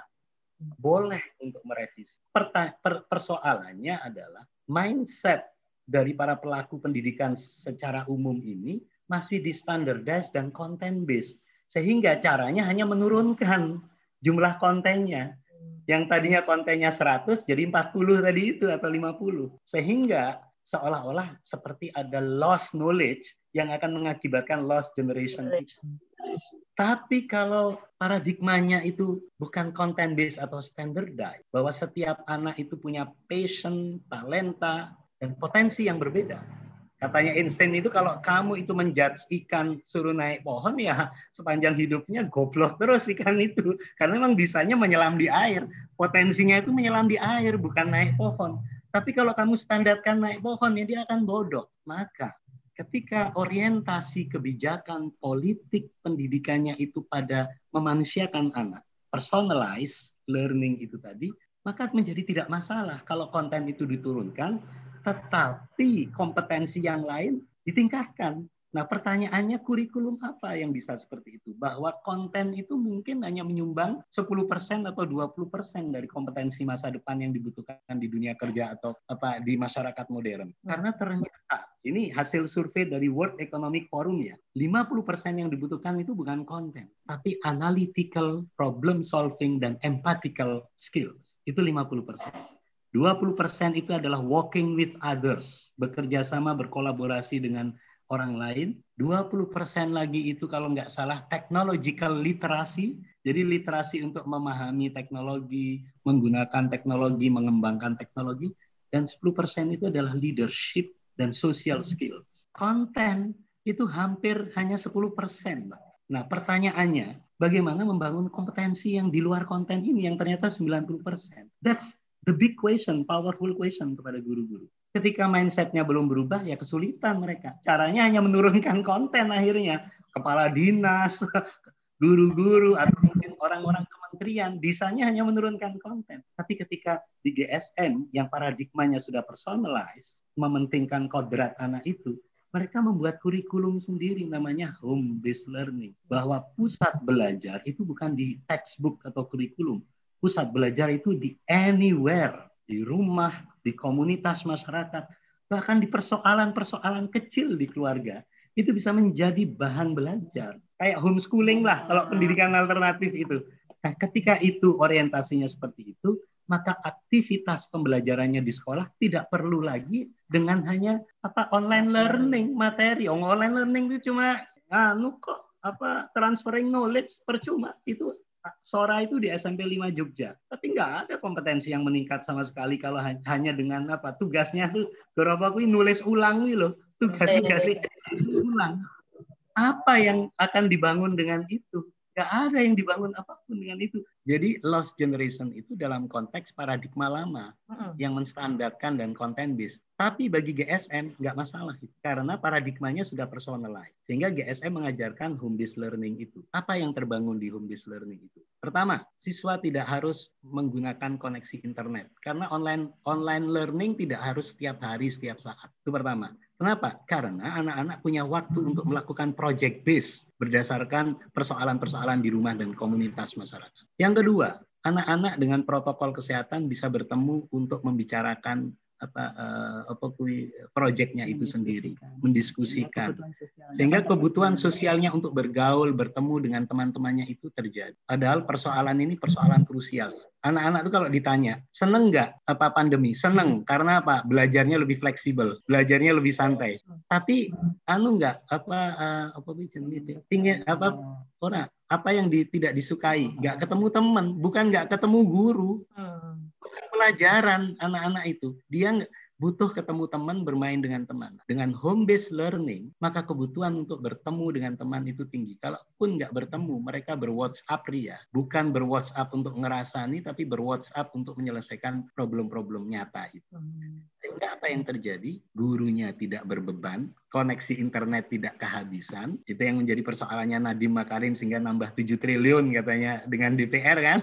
C: boleh untuk merevisi. Perta- per- persoalannya adalah mindset dari para pelaku pendidikan secara umum ini masih di standardized dan content based, sehingga caranya hanya menurunkan jumlah kontennya. Yang tadinya kontennya seratus jadi empat puluh tadi itu atau lima puluh. Sehingga seolah-olah seperti ada lost knowledge yang akan mengakibatkan lost generation. Tapi kalau paradigmanya itu bukan content based atau standardized, bahwa setiap anak itu punya passion, talenta, dan potensi yang berbeda. Katanya Einstein itu kalau kamu itu menjudge ikan suruh naik pohon, ya sepanjang hidupnya goblok terus ikan itu. Karena memang bisanya menyelam di air. Potensinya itu menyelam di air, bukan naik pohon. Tapi kalau kamu standarkan naik pohon, ya dia akan bodoh. Maka ketika orientasi kebijakan politik pendidikannya itu pada memanusiakan anak, personalized learning itu tadi, maka menjadi tidak masalah kalau konten itu diturunkan, tetapi kompetensi yang lain ditingkatkan. Nah, pertanyaannya kurikulum apa yang bisa seperti itu? Bahwa konten itu mungkin hanya menyumbang sepuluh persen atau dua puluh persen dari kompetensi masa depan yang dibutuhkan di dunia kerja atau apa di masyarakat modern. Karena ternyata ini hasil survei dari World Economic Forum ya, lima puluh persen yang dibutuhkan itu bukan konten, tapi analytical, problem solving, dan empathical skills. Itu lima puluh persen. dua puluh persen itu adalah working with others, bekerja sama, berkolaborasi dengan orang lain. Dua puluh persen lagi itu kalau nggak salah technological literacy, jadi literasi untuk memahami teknologi, menggunakan teknologi, mengembangkan teknologi. Dan sepuluh persen itu adalah leadership dan social skills. Konten itu hampir hanya sepuluh persen, Mbak. Nah, pertanyaannya, bagaimana membangun kompetensi yang di luar konten ini yang ternyata sembilan puluh persen? That's the big question, powerful question kepada guru-guru. Ketika mindset-nya belum berubah, ya kesulitan mereka. Caranya hanya menurunkan konten akhirnya. Kepala dinas, guru-guru, atau mungkin orang-orang kementerian, bisanya hanya menurunkan konten. Tapi ketika di G S M, yang paradigmanya sudah personalized, mementingkan kodrat anak itu, mereka membuat kurikulum sendiri namanya home-based learning. Bahwa pusat belajar itu bukan di textbook atau kurikulum. Pusat belajar itu di anywhere, di rumah, di komunitas masyarakat, bahkan di persoalan-persoalan kecil di keluarga. itu bisa menjadi bahan belajar. Kayak homeschooling lah, kalau pendidikan alternatif itu. Nah, ketika itu orientasinya seperti itu, maka aktivitas pembelajarannya di sekolah tidak perlu lagi dengan hanya apa online learning materi. Oh, online learning itu cuma anu kok apa transferring knowledge percuma. Itu Sora itu di S M P lima Jogja, tapi nggak ada kompetensi yang meningkat sama sekali kalau hanya dengan apa tugasnya tuh berapa kui nulis ulang nih loh, tugas-tugasnya ulang. Apa yang akan dibangun dengan itu? Nggak ada yang dibangun apapun dengan itu. Jadi lost generation itu dalam konteks paradigma lama uh-uh. yang menstandarkan dan content based. Tapi bagi G S M nggak masalah karena paradigmanya sudah personalized. Sehingga G S M mengajarkan home based learning itu. Apa yang terbangun di home based learning itu? Pertama, siswa tidak harus menggunakan koneksi internet karena online online learning tidak harus setiap hari setiap saat. Itu pertama. Kenapa? Karena anak-anak punya waktu untuk melakukan project based berdasarkan persoalan-persoalan di rumah dan komunitas masyarakat. Yang kedua, anak-anak dengan protokol kesehatan bisa bertemu untuk membicarakan apa uh, apa proyeknya itu sendiri, mendiskusikan. Sehingga kebutuhan sosialnya untuk bergaul, bertemu dengan teman-temannya itu terjadi. Padahal persoalan ini persoalan krusial. Anak-anak itu kalau ditanya, seneng nggak apa pandemi? Seneng, karena apa? Belajarnya lebih fleksibel, belajarnya lebih santai. Tapi anu nggak apa uh, apa tinggi apa orang apa yang di, tidak disukai? Nggak ketemu teman, bukan nggak ketemu guru. Bukan pelajaran anak-anak itu. Dia nggak butuh ketemu teman, bermain dengan teman. Dengan home based learning, maka kebutuhan untuk bertemu dengan teman itu tinggi. Kalaupun nggak bertemu, mereka ber-WhatsApp ria. Bukan ber-WhatsApp untuk ngerasani, tapi ber-WhatsApp untuk menyelesaikan problem-problem nyata itu. Sehingga apa yang terjadi? Gurunya tidak berbeban, koneksi internet tidak kehabisan. Itu yang menjadi persoalannya Nadiem Makarim sehingga nambah tujuh triliun katanya dengan D P R kan.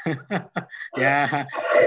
C: Ya.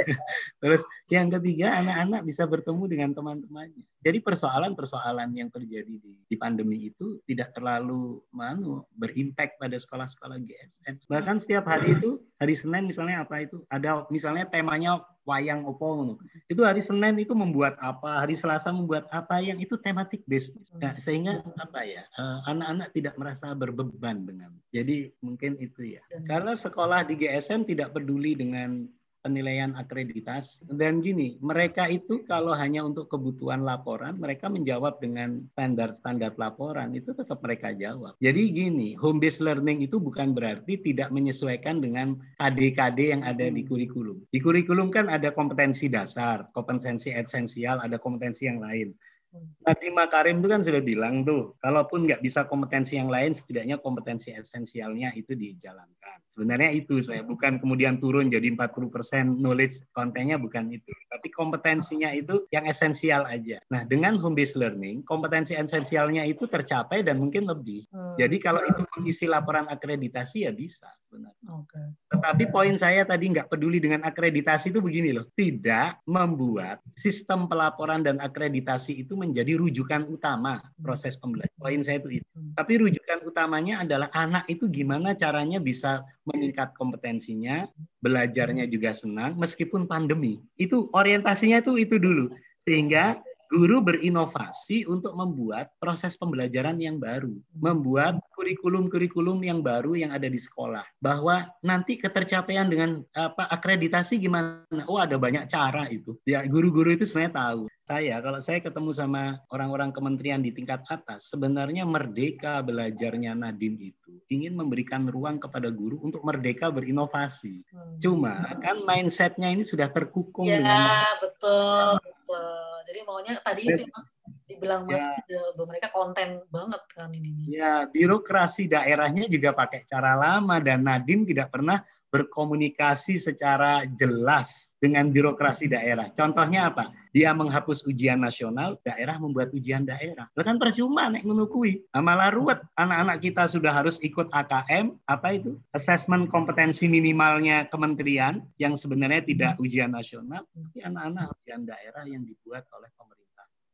C: Terus yang ketiga, anak-anak bisa bertemu dengan teman-temannya. Jadi persoalan-persoalan yang terjadi di, di pandemi itu tidak terlalu manu berimpact pada sekolah-sekolah G S M. Bahkan setiap hari itu, hari Senin misalnya apa itu, ada misalnya temanya wayang opo. Itu hari Senin itu membuat apa, hari Selasa membuat apa, yang itu tematik based. Nah, sehingga apa ya, anak-anak tidak merasa berbeban dengan. Jadi mungkin itu ya. Karena sekolah di G S M tidak peduli dengan penilaian akreditasi. Dan gini, mereka itu kalau hanya untuk kebutuhan laporan, mereka menjawab dengan standar-standar laporan, itu tetap mereka jawab. Jadi gini, home based learning itu bukan berarti tidak menyesuaikan dengan K D K D yang ada di kurikulum. Di kurikulum kan ada kompetensi dasar, kompetensi esensial, ada kompetensi yang lain. Nadiem Makarim itu kan sudah bilang tuh, kalaupun nggak bisa kompetensi yang lain, setidaknya kompetensi esensialnya itu dijalankan. Sebenarnya itu, saya bukan kemudian turun jadi empat puluh persen knowledge kontennya, bukan itu. Tapi kompetensinya itu yang esensial aja. Nah, dengan home based learning, kompetensi esensialnya itu tercapai dan mungkin lebih. Hmm. Jadi kalau itu mengisi laporan akreditasi ya bisa sebenarnya. Okay. Tetapi poin saya tadi nggak peduli dengan akreditasi itu begini loh, tidak membuat sistem pelaporan dan akreditasi itu menjadi rujukan utama proses pembelajaran. Poin saya itu itu. Tapi rujukan utamanya adalah anak itu gimana caranya bisa meningkat kompetensinya, belajarnya juga senang meskipun pandemi. Itu orientasinya itu itu dulu. Sehingga guru berinovasi untuk membuat proses pembelajaran yang baru, membuat kurikulum-kurikulum yang baru yang ada di sekolah. Bahwa nanti ketercapaian dengan apa akreditasi gimana? Oh, ada banyak cara itu. Ya, guru-guru itu sebenarnya tahu. Saya kalau saya ketemu sama orang-orang kementerian di tingkat atas, sebenarnya merdeka belajarnya Nadiem itu ingin memberikan ruang kepada guru untuk merdeka berinovasi. Hmm. Cuma kan mindsetnya ini sudah terkukung
A: ya,
C: dengan.
A: Ya betul, betul. Jadi maunya tadi itu yang dibilang Mas, ya, mereka konten banget kan ini.
C: Ya, birokrasi daerahnya juga pakai cara lama dan Nadiem tidak pernah berkomunikasi secara jelas dengan birokrasi daerah. Contohnya apa? Dia menghapus ujian nasional, daerah membuat ujian daerah. Kan percuma nek menukui. Malah ruwet. Anak-anak kita sudah harus ikut A K M, apa itu? Assessment kompetensi minimalnya kementerian yang sebenarnya tidak ujian nasional, tapi anak-anak ujian daerah yang dibuat oleh pemerintah.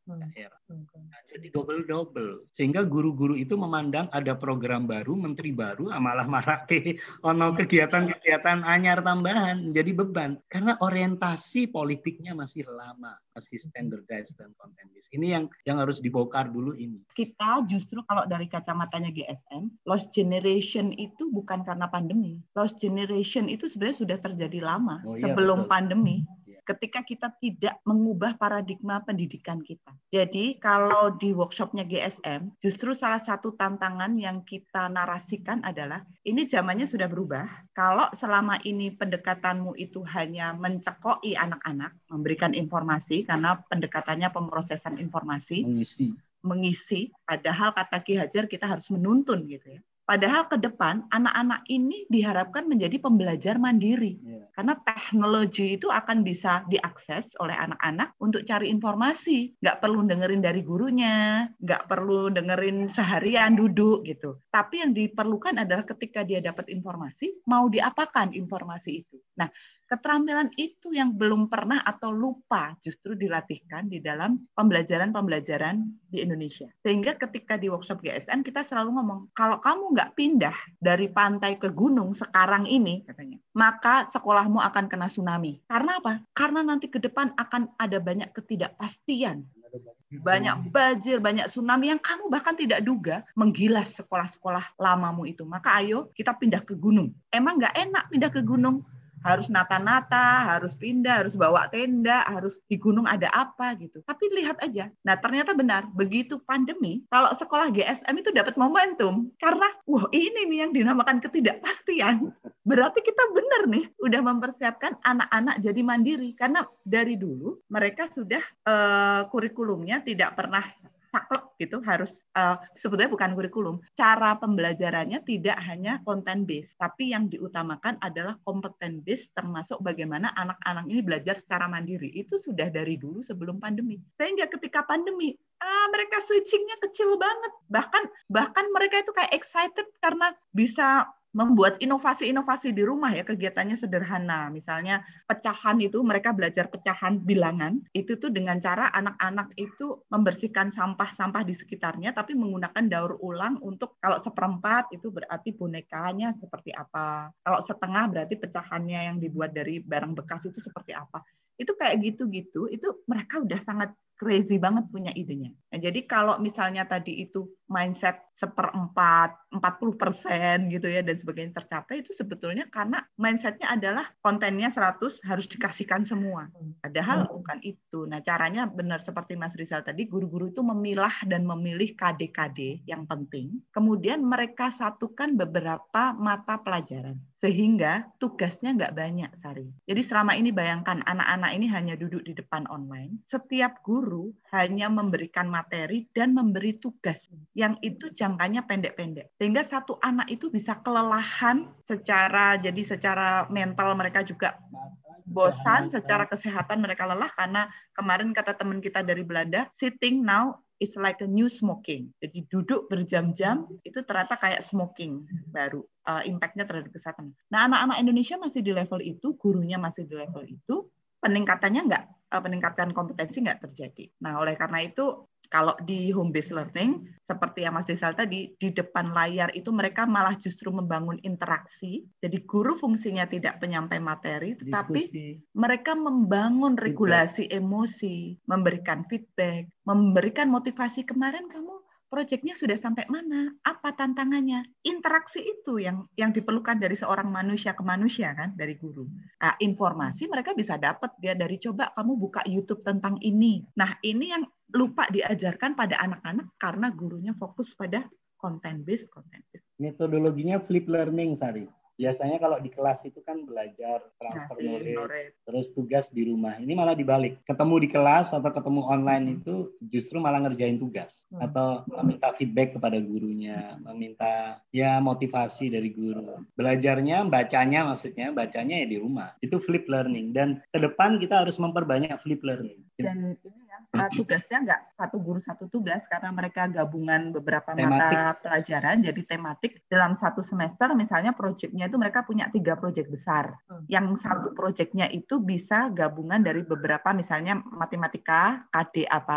C: daerah. Nah, jadi double-double. Sehingga guru-guru itu memandang ada program baru, menteri baru, malah marak ke ono kegiatan-kegiatan anyar tambahan, menjadi beban. Karena orientasi politiknya masih lama, masih standardized dan content-based. Ini yang yang harus dibongkar dulu ini.
B: Kita justru kalau dari kacamatanya G S M, lost generation itu bukan karena pandemi. Lost generation itu sebenarnya sudah terjadi lama,
C: Oh, iya,
B: sebelum
C: betul.
B: pandemi. Ketika kita tidak mengubah paradigma pendidikan kita. Jadi kalau di workshopnya G S M, justru salah satu tantangan yang kita narasikan adalah, ini zamannya sudah berubah. Kalau selama ini pendekatanmu itu hanya mencekoi anak-anak, memberikan informasi, karena pendekatannya pemrosesan informasi,
C: Mengisi.
B: mengisi, padahal kata Ki Hajar kita harus menuntun gitu ya. Padahal ke depan anak-anak ini diharapkan menjadi pembelajar mandiri. Yeah. Karena teknologi itu akan bisa diakses oleh anak-anak untuk cari informasi. Nggak perlu dengerin dari gurunya, nggak perlu dengerin seharian duduk gitu. Tapi yang diperlukan adalah ketika dia dapat informasi, mau diapakan informasi itu. Nah, keterampilan itu yang belum pernah atau lupa justru dilatihkan di dalam pembelajaran-pembelajaran di Indonesia. Sehingga ketika di workshop G S M kita selalu ngomong, kalau kamu nggak pindah dari pantai ke gunung sekarang ini, katanya, maka sekolahmu akan kena tsunami. Karena apa? Karena nanti ke depan akan ada banyak ketidakpastian. Banyak banjir, banyak tsunami yang kamu bahkan tidak duga menggilas sekolah-sekolah lamamu itu. Maka ayo kita pindah ke gunung. Emang nggak enak pindah ke gunung? Harus nata-nata, harus pindah, harus bawa tenda, harus di gunung ada apa gitu. Tapi lihat aja. Nah, ternyata benar, begitu pandemi, kalau sekolah G S M itu dapat momentum. Karena, wah ini nih yang dinamakan ketidakpastian. Berarti kita benar nih, udah mempersiapkan anak-anak jadi mandiri. Karena dari dulu mereka sudah uh, kurikulumnya tidak pernah saklek gitu, harus uh, sebetulnya bukan kurikulum. Cara pembelajarannya tidak hanya content based, tapi yang diutamakan adalah kompeten based, termasuk bagaimana anak-anak ini belajar secara mandiri. Itu sudah dari dulu sebelum pandemi. Sehingga ketika pandemi, ah, mereka switchingnya kecil banget. Bahkan bahkan mereka itu kayak excited karena bisa membuat inovasi-inovasi di rumah ya, kegiatannya sederhana. Misalnya pecahan itu, mereka belajar pecahan bilangan, itu tuh dengan cara anak-anak itu membersihkan sampah-sampah di sekitarnya, tapi menggunakan daur ulang untuk kalau seperempat itu berarti bonekanya seperti apa. Kalau setengah berarti pecahannya yang dibuat dari barang bekas itu seperti apa. Itu kayak gitu-gitu, itu mereka udah sangat crazy banget punya idenya. Nah, jadi kalau misalnya tadi itu mindset seperempat, empat puluh persen gitu ya, dan sebagainya tercapai, itu sebetulnya karena mindsetnya adalah kontennya seratus harus dikasihkan semua. Padahal bukan itu. Nah, caranya benar seperti Mas Rizal tadi, guru-guru itu memilah dan memilih K D K D yang penting. Kemudian mereka satukan beberapa mata pelajaran. Sehingga tugasnya nggak banyak, Sari. Jadi selama ini bayangkan, anak-anak ini hanya duduk di depan online. Setiap guru hanya memberikan materi dan memberi tugas yang itu jangkanya pendek-pendek. Sehingga satu anak itu bisa kelelahan secara, jadi secara mental mereka juga bosan, secara kesehatan mereka lelah, karena kemarin kata teman kita dari Belanda, sitting now is like a new smoking. Jadi duduk berjam-jam itu ternyata kayak smoking baru. Uh, impact-nya terhadap kesehatan. Nah, anak-anak Indonesia masih di level itu, gurunya masih di level itu, peningkatannya nggak, uh, peningkatan kompetensi nggak terjadi. Nah, oleh karena itu, kalau di home based learning, seperti yang Mas Rizal tadi, di depan layar itu mereka malah justru membangun interaksi. Jadi guru fungsinya tidak penyampai materi, tetapi diskusi. Mereka membangun regulasi feedback. Emosi, memberikan feedback, memberikan motivasi. Kemarin kamu proyeknya sudah sampai mana? Apa tantangannya? Interaksi itu yang yang diperlukan dari seorang manusia ke manusia kan, dari guru. Nah, informasi mereka bisa dapat dia dari coba kamu buka YouTube tentang ini. Nah, ini yang lupa diajarkan pada anak-anak karena gurunya fokus pada content based, content based.
C: Metodologinya flip learning, Sari. Biasanya kalau di kelas itu kan belajar transfer
B: nah,
C: knowledge, terus tugas di rumah. Ini malah dibalik. Ketemu di kelas atau ketemu online hmm. itu justru malah ngerjain tugas. Hmm. Atau meminta feedback kepada gurunya, meminta ya motivasi dari guru. Belajarnya, bacanya maksudnya, bacanya ya di rumah. Itu flip learning. Dan ke depan kita harus memperbanyak flip learning.
B: Dan ini ya, tugasnya nggak satu guru satu tugas, karena mereka gabungan beberapa
C: tematik.
B: Mata pelajaran jadi tematik. Dalam satu semester misalnya proyeknya itu mereka punya tiga proyek besar. Hmm. Yang satu proyeknya itu bisa gabungan dari beberapa, misalnya matematika, K D apa,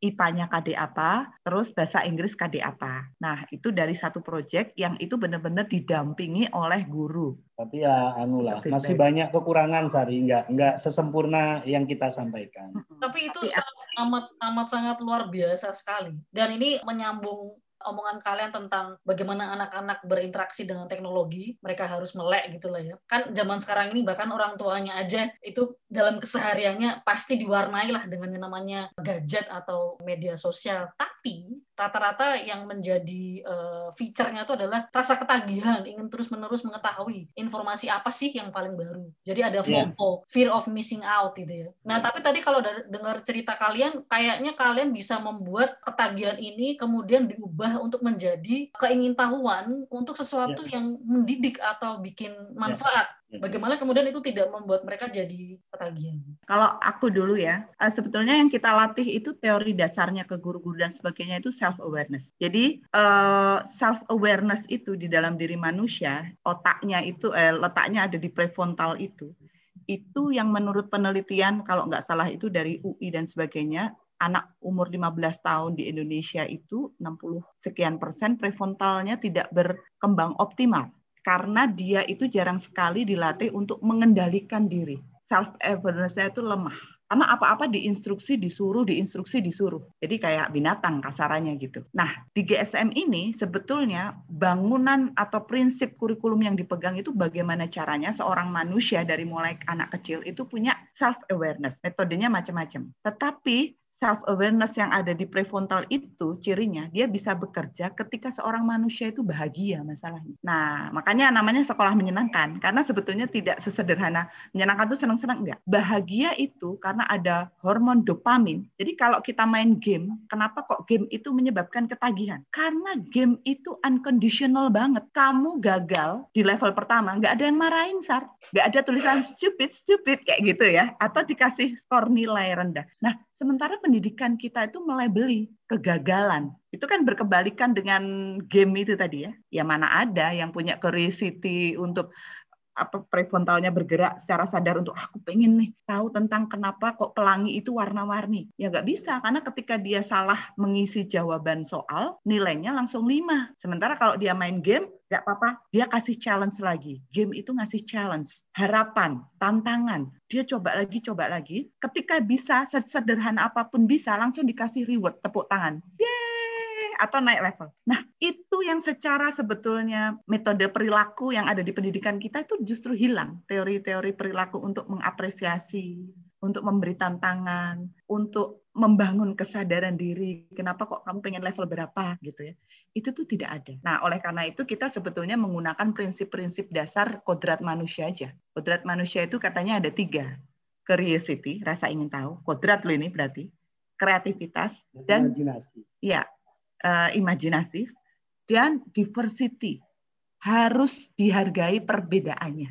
B: I P A-nya K D apa, terus bahasa Inggris K D apa. Nah, itu dari satu proyek yang itu benar-benar didampingi oleh guru.
C: Tapi ya anu lah,
B: Feedback.
C: masih banyak kekurangan Sari, nggak nggak sesempurna yang kita sampaikan.
A: Tapi itu
B: Tapi,
A: sangat, amat amat sangat luar biasa sekali. Dan ini menyambung omongan kalian tentang bagaimana anak-anak berinteraksi dengan teknologi, mereka harus melek gitu lah ya. Kan zaman sekarang ini bahkan orang tuanya aja itu dalam kesehariannya pasti diwarnai lah dengan yang namanya gadget atau media sosial. Tapi rata-rata yang menjadi uh, feature-nya itu adalah rasa ketagihan, ingin terus-menerus mengetahui informasi apa sih yang paling baru. Jadi ada FOMO, yeah. fear of missing out gitu ya. Nah, tapi tadi kalau dengar cerita kalian, kayaknya kalian bisa membuat ketagihan ini kemudian diubah untuk menjadi keingintahuan untuk sesuatu yeah. yang mendidik atau bikin manfaat. Yeah. Bagaimana kemudian itu tidak membuat mereka jadi ketagihan?
B: Kalau aku dulu ya, sebetulnya yang kita latih itu teori dasarnya ke guru-guru dan sebagainya itu self-awareness. Jadi self-awareness itu di dalam diri manusia, otaknya itu, eh, letaknya ada di prefrontal itu. Itu yang menurut penelitian, kalau nggak salah itu dari U I dan sebagainya, anak umur lima belas tahun di Indonesia itu enam puluh sekian persen prefrontalnya tidak berkembang optimal. Karena dia itu jarang sekali dilatih untuk mengendalikan diri. Self-awareness-nya itu lemah. Karena apa-apa diinstruksi, disuruh, diinstruksi, disuruh. Jadi kayak binatang kasarannya gitu. Nah, di G S M ini sebetulnya bangunan atau prinsip kurikulum yang dipegang itu bagaimana caranya seorang manusia dari mulai anak kecil itu punya self-awareness. Metodenya macam-macam. Tetapi self-awareness yang ada di prefrontal itu cirinya dia bisa bekerja ketika seorang manusia itu bahagia masalahnya. Nah, makanya namanya sekolah menyenangkan karena sebetulnya tidak sesederhana menyenangkan itu senang-senang enggak. Bahagia itu karena ada hormon dopamin. Jadi kalau kita main game, kenapa kok game itu menyebabkan ketagihan? Karena game itu unconditional banget. Kamu gagal di level pertama, enggak ada yang marahin, Sar. Enggak ada tulisan stupid, stupid kayak gitu ya atau dikasih skor nilai rendah. Nah, sementara pendidikan kita itu melabeli kegagalan. Itu kan berkebalikan dengan game itu tadi ya. Ya mana ada yang punya curiosity untuk apa prefrontalnya bergerak secara sadar untuk aku pengen nih tahu tentang kenapa kok pelangi itu warna-warni. Ya nggak bisa karena ketika dia salah mengisi jawaban soal nilainya langsung lima. Sementara kalau dia main game nggak apa-apa, dia kasih challenge lagi. Game itu ngasih challenge, harapan, tantangan. Dia coba lagi, coba lagi. Ketika bisa, sederhana apapun bisa, langsung dikasih reward, tepuk tangan. Yeay! Atau naik level. Nah, itu yang secara sebetulnya metode perilaku yang ada di pendidikan kita itu justru hilang. Teori-teori perilaku untuk mengapresiasi, untuk memberi tantangan, untuk membangun kesadaran diri. Kenapa kok kamu pengen level berapa gitu ya? Itu tuh tidak ada. Nah, oleh karena itu kita sebetulnya menggunakan prinsip-prinsip dasar kodrat manusia aja. Kodrat manusia itu katanya ada tiga. Curiosity, rasa ingin tahu. Kodrat lo ini berarti. Kreativitas. Dan
C: imajinasi.
B: Ya, uh, imajinatif. Dan diversity. Harus dihargai perbedaannya.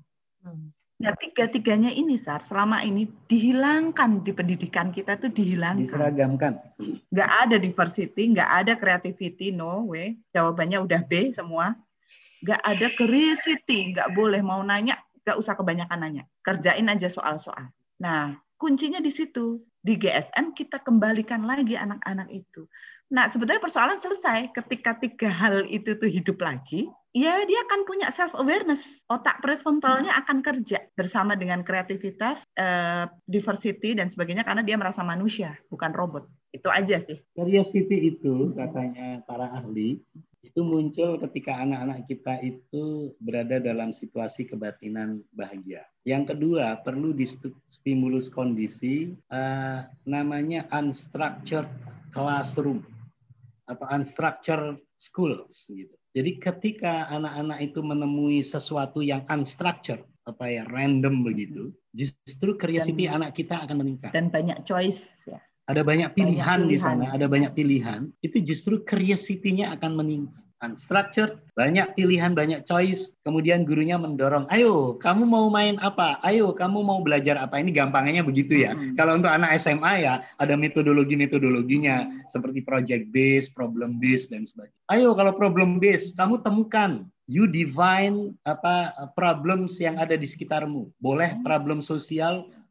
B: Hmm. Nah, tiga-tiganya ini, Sar, selama ini dihilangkan di pendidikan kita tuh dihilangkan.
C: Diseragamkan.
B: Nggak ada diversity, nggak ada creativity, no way. Jawabannya udah B semua. Nggak ada curiosity, nggak boleh mau nanya, nggak usah kebanyakan nanya. Kerjain aja soal-soal. Nah, kuncinya di situ. Di G S M kita kembalikan lagi anak-anak itu. Nah, sebetulnya persoalan selesai ketika tiga hal itu tuh hidup lagi. Ya, dia akan punya self-awareness. Otak prefrontalnya akan kerja bersama dengan kreativitas, eh, diversity, dan sebagainya karena dia merasa manusia, bukan robot. Itu aja sih.
C: Curiosity itu, katanya para ahli, itu muncul ketika anak-anak kita itu berada dalam situasi kebatinan bahagia. Yang kedua, perlu distimulus kondisi, eh, namanya unstructured classroom atau unstructured schools gitu. Jadi ketika anak-anak itu menemui sesuatu yang unstructured, apa ya, random begitu, justru curiosity dan, anak kita akan meningkat.
B: Dan banyak choice. Ya.
C: Ada banyak pilihan,
B: banyak
C: di sana, ada banyak pilihan. Itu justru curiosity-nya akan meningkat. Unstructured, banyak pilihan, banyak choice. Kemudian gurunya mendorong, ayo kamu mau main apa? Ayo kamu mau belajar apa? Ini gampangnya begitu ya. Hmm. Kalau untuk anak S M A ya ada metodologi-metodologinya hmm. seperti project based, problem based dan sebagainya. Ayo kalau problem based kamu temukan, you define apa problems yang ada di sekitarmu. Boleh problem sosial,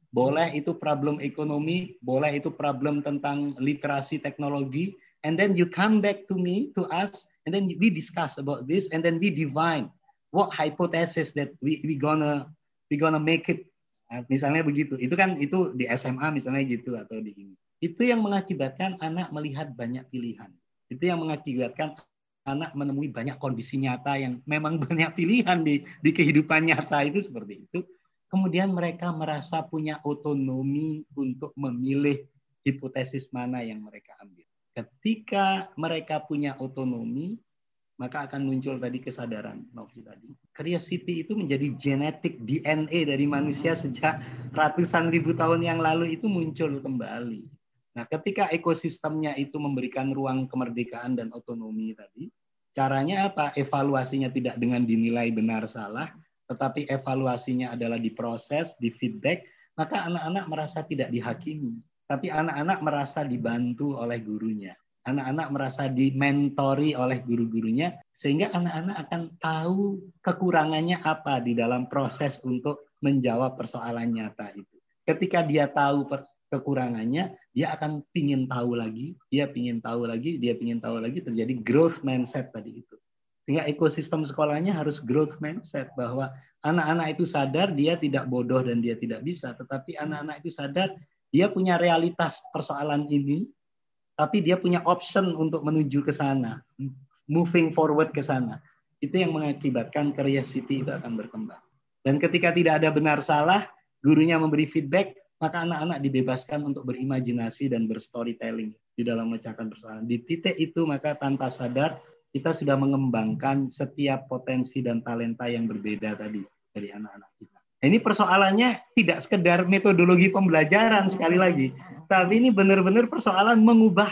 C: boleh itu problem ekonomi, boleh itu problem tentang literasi teknologi, and then you come back to me, to us, and then we discuss about this, and then we define what hypothesis that we we gonna we gonna make it. Nah, misalnya begitu. Itu kan itu di S M A misalnya gitu atau di ini. Itu yang mengakibatkan anak melihat banyak pilihan. Itu yang mengakibatkan anak menemui banyak kondisi nyata yang memang banyak pilihan di di kehidupan nyata itu seperti itu. Kemudian mereka merasa punya otonomi untuk memilih hipotesis mana yang mereka ambil. Ketika mereka punya otonomi, maka akan muncul tadi kesadaran Novi tadi. Curiosity itu menjadi genetik D N A dari manusia sejak ratusan ribu tahun yang lalu itu muncul kembali. Nah, ketika ekosistemnya itu memberikan ruang kemerdekaan dan otonomi tadi, caranya apa? Evaluasinya tidak dengan dinilai benar salah, tetapi evaluasinya adalah diproses, di feedback, maka anak-anak merasa tidak dihakimi, tapi anak-anak merasa dibantu oleh gurunya. Anak-anak merasa dimentori oleh guru-gurunya, sehingga anak-anak akan tahu kekurangannya apa di dalam proses untuk menjawab persoalan nyata itu. Ketika dia tahu kekurangannya, dia akan pingin tahu lagi, dia pingin tahu lagi, dia pingin tahu lagi, terjadi growth mindset tadi itu. Sehingga ekosistem sekolahnya harus growth mindset, bahwa anak-anak itu sadar dia tidak bodoh dan dia tidak bisa, tetapi anak-anak itu sadar dia punya realitas persoalan ini, tapi dia punya option untuk menuju ke sana, moving forward ke sana. Itu yang mengakibatkan curiosity itu akan berkembang. Dan ketika tidak ada benar salah, gurunya memberi feedback, maka anak-anak dibebaskan untuk berimajinasi dan berstorytelling di dalam memecahkan persoalan. Di titik itu maka tanpa sadar kita sudah mengembangkan setiap potensi dan talenta yang berbeda tadi dari anak-anak kita. Ini persoalannya tidak sekedar metodologi pembelajaran sekali lagi, tapi ini benar-benar persoalan mengubah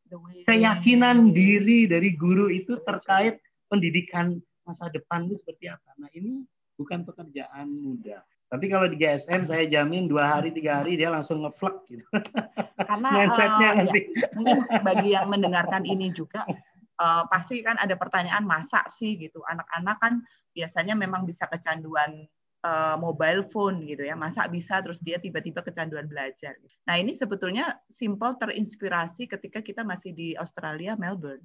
C: keyakinan diri dari guru itu terkait pendidikan masa depan itu seperti apa. Nah, ini bukan pekerjaan mudah. Tapi kalau di G S M saya jamin dua hari tiga hari dia langsung ngeflek gitu.
B: Karena mindsetnya uh, nanti. Ya, mungkin bagi yang mendengarkan ini juga uh, pasti kan ada pertanyaan, masa sih gitu. Anak-anak kan biasanya memang bisa kecanduan uh, mobile phone gitu ya. Masa bisa terus dia tiba-tiba kecanduan belajar. Nah, ini sebetulnya simple terinspirasi ketika kita masih di Australia, Melbourne.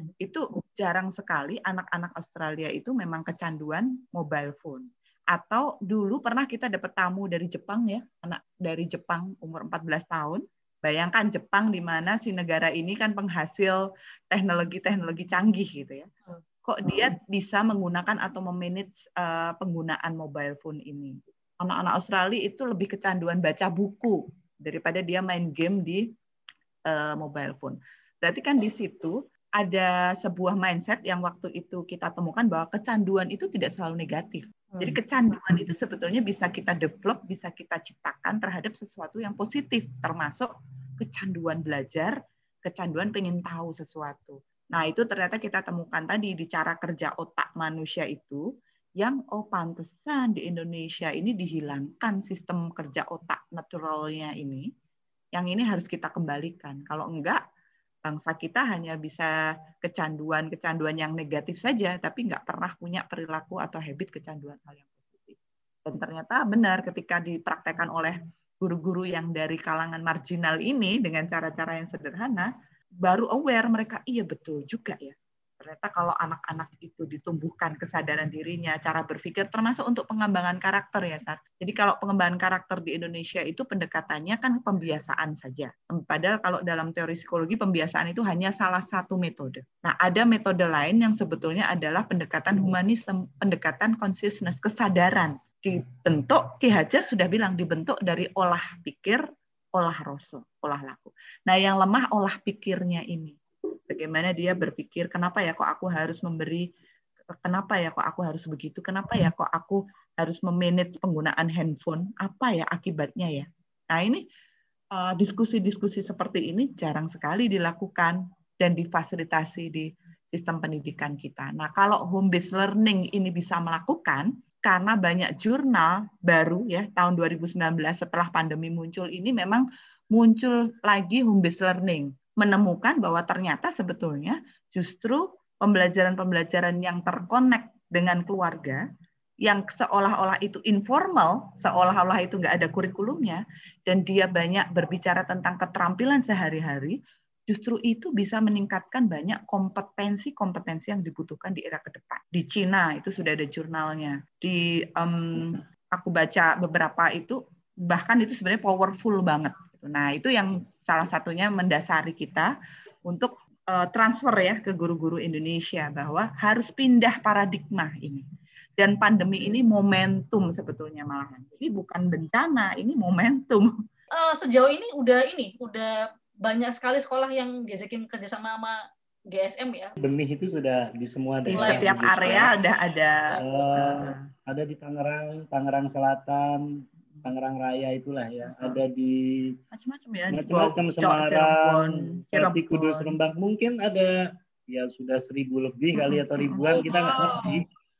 B: Itu jarang sekali anak-anak Australia itu memang kecanduan mobile phone. Atau dulu pernah kita dapat tamu dari Jepang ya, anak dari Jepang umur empat belas tahun. Bayangkan Jepang di mana si negara ini kan penghasil teknologi-teknologi canggih gitu ya. Kok dia bisa menggunakan atau memanage uh, penggunaan mobile phone ini. Anak-anak Australia itu lebih kecanduan baca buku daripada dia main game di uh, mobile phone. Berarti kan di situ ada sebuah mindset yang waktu itu kita temukan bahwa kecanduan itu tidak selalu negatif. Jadi kecanduan itu sebetulnya bisa kita develop, bisa kita ciptakan terhadap sesuatu yang positif, termasuk kecanduan belajar, kecanduan pengen tahu sesuatu. Nah, itu ternyata kita temukan tadi di cara kerja otak manusia itu, yang oh pantesan di Indonesia ini dihilangkan sistem kerja otak naturalnya ini, yang ini harus kita kembalikan. Kalau enggak, bangsa kita hanya bisa kecanduan-kecanduan yang negatif saja, tapi nggak pernah punya perilaku atau habit kecanduan hal yang positif. Dan ternyata benar ketika dipraktekkan oleh guru-guru yang dari kalangan marginal ini dengan cara-cara yang sederhana, baru aware mereka, iya betul juga ya. Ternyata kalau anak-anak itu ditumbuhkan kesadaran dirinya, cara berpikir, termasuk untuk pengembangan karakter ya, Sar. Jadi kalau pengembangan karakter di Indonesia itu pendekatannya kan pembiasaan saja. Padahal kalau dalam teori psikologi, pembiasaan itu hanya salah satu metode. Nah, ada metode lain yang sebetulnya adalah pendekatan humanisme, pendekatan consciousness, kesadaran. Dibentuk, Ki Hajar sudah bilang, dibentuk dari olah pikir, olah rasa, olah laku. Nah, yang lemah olah pikirnya ini. Bagaimana dia berpikir, kenapa ya kok aku harus memberi, kenapa ya kok aku harus begitu, kenapa ya kok aku harus memanage penggunaan handphone, apa ya akibatnya ya. Nah ini uh, diskusi-diskusi seperti ini jarang sekali dilakukan dan difasilitasi di sistem pendidikan kita. Nah kalau home-based learning ini bisa melakukan, karena banyak jurnal baru ya tahun dua ribu sembilan belas setelah pandemi muncul ini memang muncul lagi home-based learning. Menemukan bahwa ternyata sebetulnya justru pembelajaran-pembelajaran yang terkonek dengan keluarga yang seolah-olah itu informal, seolah-olah itu nggak ada kurikulumnya, dan dia banyak berbicara tentang keterampilan sehari-hari, justru itu bisa meningkatkan banyak kompetensi-kompetensi yang dibutuhkan di era ke depan. Di Cina itu sudah ada jurnalnya. Di um, aku baca beberapa itu, bahkan itu sebenarnya powerful banget. Nah, itu yang salah satunya mendasari kita untuk uh, transfer ya ke guru-guru Indonesia, bahwa harus pindah paradigma ini. Dan pandemi ini momentum sebetulnya malahan. Jadi bukan bencana, ini momentum.
A: Uh, sejauh ini udah ini, udah banyak sekali sekolah yang diajakin kerjasama sama G S M ya.
C: Benih itu sudah di semua
B: di
C: daerah.
B: Setiap area udah ada.
C: Uh, ada di Tangerang, Tangerang Selatan, Tangerang Raya itulah ya. Uh-huh. Ada di
B: macam-macam ya.
C: Macam-macam Semarang, Pati, Kudus, Rembang. Mungkin ada ya sudah seribu lebih kali atau ribuan, kita nggak ngerti.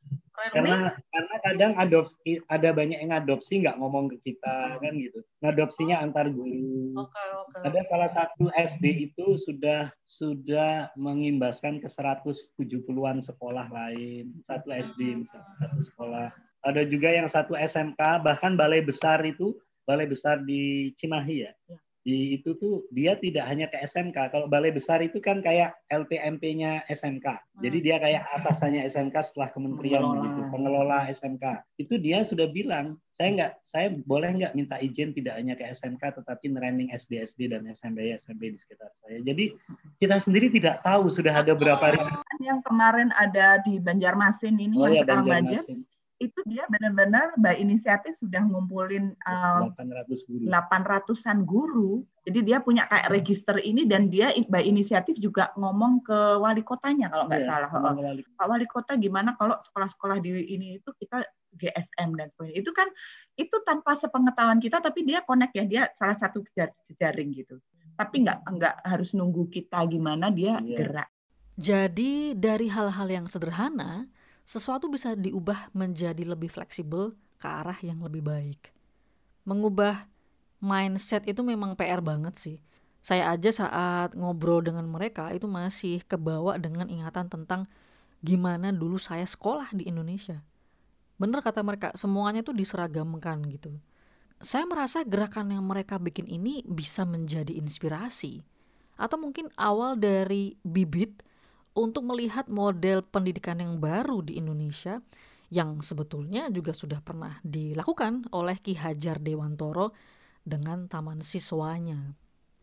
C: Karena karena kadang adopsi ada banyak yang adopsi nggak ngomong ke kita kan gitu, ngadopsinya antar guru.
A: Okay, okay.
C: Ada salah satu S D itu sudah sudah mengimbaskan ke seratus tujuh puluhan sekolah lain, satu S D misalnya, satu sekolah. Ada juga yang satu S M K, bahkan balai besar itu balai besar di Cimahi ya. Di itu tuh dia tidak hanya ke S M K. Kalau balai besar itu kan kayak L P M P-nya S M K. Jadi dia kayak atasannya S M K setelah kementerian
B: pengelola.
C: Begitu, pengelola S M K. Itu dia sudah bilang, saya nggak, saya boleh nggak minta izin tidak hanya ke S M K, tetapi training S D S D dan S M B S M B di sekitar saya. Jadi kita sendiri tidak tahu sudah ada berapa ribu.
B: Yang kemarin ada di Banjarmasin ini
C: oh,
B: yang
C: ya,
B: sekarang banjir. Itu dia benar-benar by inisiatif sudah ngumpulin um, delapan ratusan guru. Jadi dia punya kayak register ini, dan dia by inisiatif juga ngomong ke wali kotanya kalau nggak yeah, salah. Oh, wali. Pak Wali Kota gimana kalau sekolah-sekolah di ini itu kita G S M dan sebagainya. Itu kan itu tanpa sepengetahuan kita, tapi dia connect ya, dia salah satu jejaring gitu. Tapi nggak nggak harus nunggu kita gimana, dia yeah. gerak.
A: Jadi dari hal-hal yang sederhana, sesuatu bisa diubah menjadi lebih fleksibel ke arah yang lebih baik. Mengubah mindset itu memang P R banget sih. Saya aja saat ngobrol dengan mereka itu masih kebawa dengan ingatan tentang gimana dulu saya sekolah di Indonesia. Bener kata mereka, semuanya tuh diseragamkan gitu. Saya merasa gerakan yang mereka bikin ini bisa menjadi inspirasi. Atau mungkin awal dari bibit untuk melihat model pendidikan yang baru di Indonesia yang sebetulnya juga sudah pernah dilakukan oleh Ki Hajar Dewantoro dengan taman siswanya.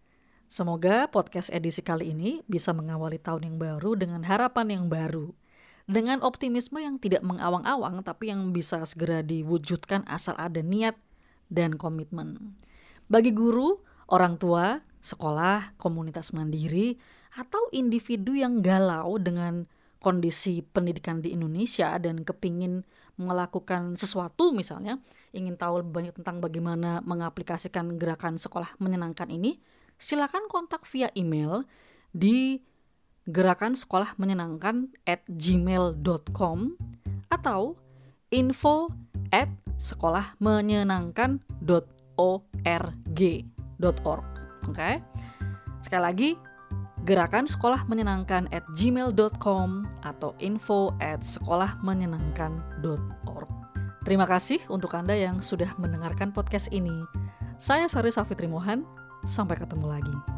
A: Semoga podcast edisi kali ini bisa mengawali tahun yang baru dengan harapan yang baru, dengan optimisme yang tidak mengawang-awang tapi yang bisa segera diwujudkan asal ada niat dan komitmen. Bagi guru, orang tua, sekolah, komunitas mandiri, atau individu yang galau dengan kondisi pendidikan di Indonesia dan kepingin melakukan sesuatu, misalnya ingin tahu lebih banyak tentang bagaimana mengaplikasikan gerakan sekolah menyenangkan ini, silakan kontak via email di gerakan sekolah menyenangkan at gmail dot com atau info at sekolah menyenangkan dot org dot org. Oke, okay? Sekali lagi, gerakan sekolah menyenangkan at gmail dot com atau info at sekolah menyenangkan dot org. Terima kasih untuk Anda yang sudah mendengarkan podcast ini. Saya Sari Safitri Mohan, sampai ketemu lagi.